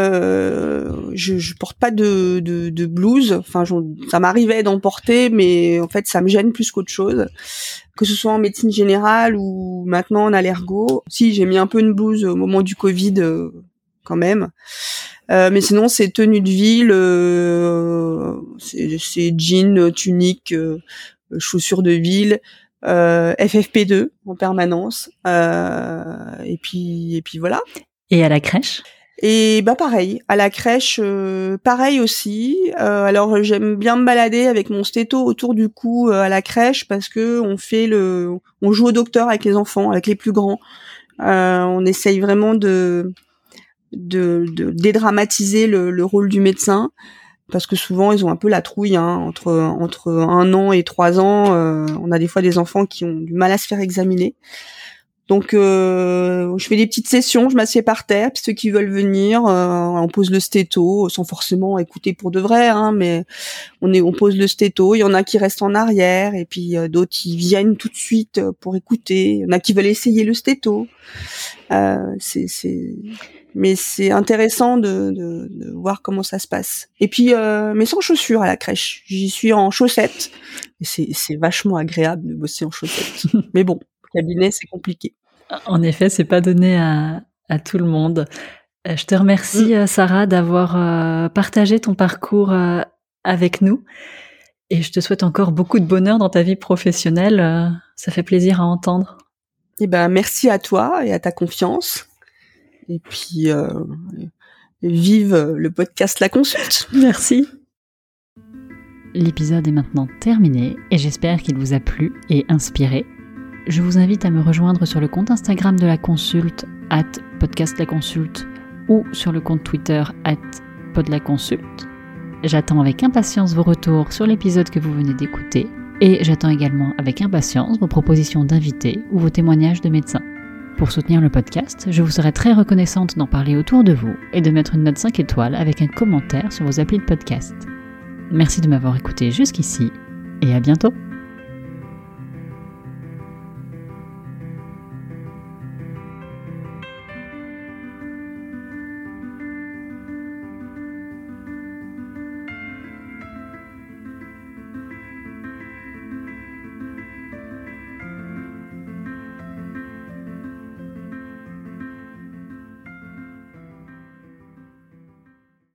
Euh, je, je porte pas de, de, de blouse. Enfin, ça m'arrivait d'en porter, mais en fait, ça me gêne plus qu'autre chose. Que ce soit en médecine générale ou maintenant en allergo. Si, j'ai mis un peu une blouse au moment du Covid, euh, quand même. Euh, mais sinon, c'est tenue de ville, euh, c'est, c'est jean, tunique, euh, chaussures de ville. Euh, F F P deux en permanence euh, et puis et puis voilà. Et à la crèche ? Et bah pareil, à la crèche, euh, pareil aussi. Euh, alors j'aime bien me balader avec mon stéto autour du cou euh, à la crèche parce que on fait le, on joue au docteur avec les enfants, avec les plus grands. Euh, on essaye vraiment de de, de dédramatiser le, le rôle du médecin. Parce que souvent ils ont un peu la trouille hein, entre entre un an et trois ans. Euh, on a des fois des enfants qui ont du mal à se faire examiner. Donc euh, je fais des petites sessions, je m'assieds par terre, puis ceux qui veulent venir, euh, on pose le stéto, sans forcément écouter pour de vrai, hein, mais on est, on pose le stéto. Il y en a qui restent en arrière, et puis euh, d'autres qui viennent tout de suite pour écouter. Il y en a qui veulent essayer le stéto. Euh, c'est, c'est, mais c'est intéressant de, de, de voir comment ça se passe. Et puis, euh, mais sans chaussures à la crèche. J'y suis en chaussettes. Et c'est, c'est vachement agréable de bosser en chaussettes. Mais bon, au cabinet, c'est compliqué. En effet, c'est pas donné à, à tout le monde. Je te remercie, mmh. Sarah, d'avoir euh, partagé ton parcours euh, avec nous. Et je te souhaite encore beaucoup de bonheur dans ta vie professionnelle. Euh, ça fait plaisir à entendre. Eh ben, merci à toi et à ta confiance. Et puis, euh, vive le podcast La Consulte. Merci. L'épisode est maintenant terminé et j'espère qu'il vous a plu et inspiré. Je vous invite à me rejoindre sur le compte Instagram de La Consulte, arobase podcast la consulte, ou sur le compte Twitter, arobase pod la consulte. J'attends avec impatience vos retours sur l'épisode que vous venez d'écouter et j'attends également avec impatience vos propositions d'invités ou vos témoignages de médecins. Pour soutenir le podcast, je vous serai très reconnaissante d'en parler autour de vous et de mettre une note cinq étoiles avec un commentaire sur vos applis de podcast. Merci de m'avoir écouté jusqu'ici et à bientôt.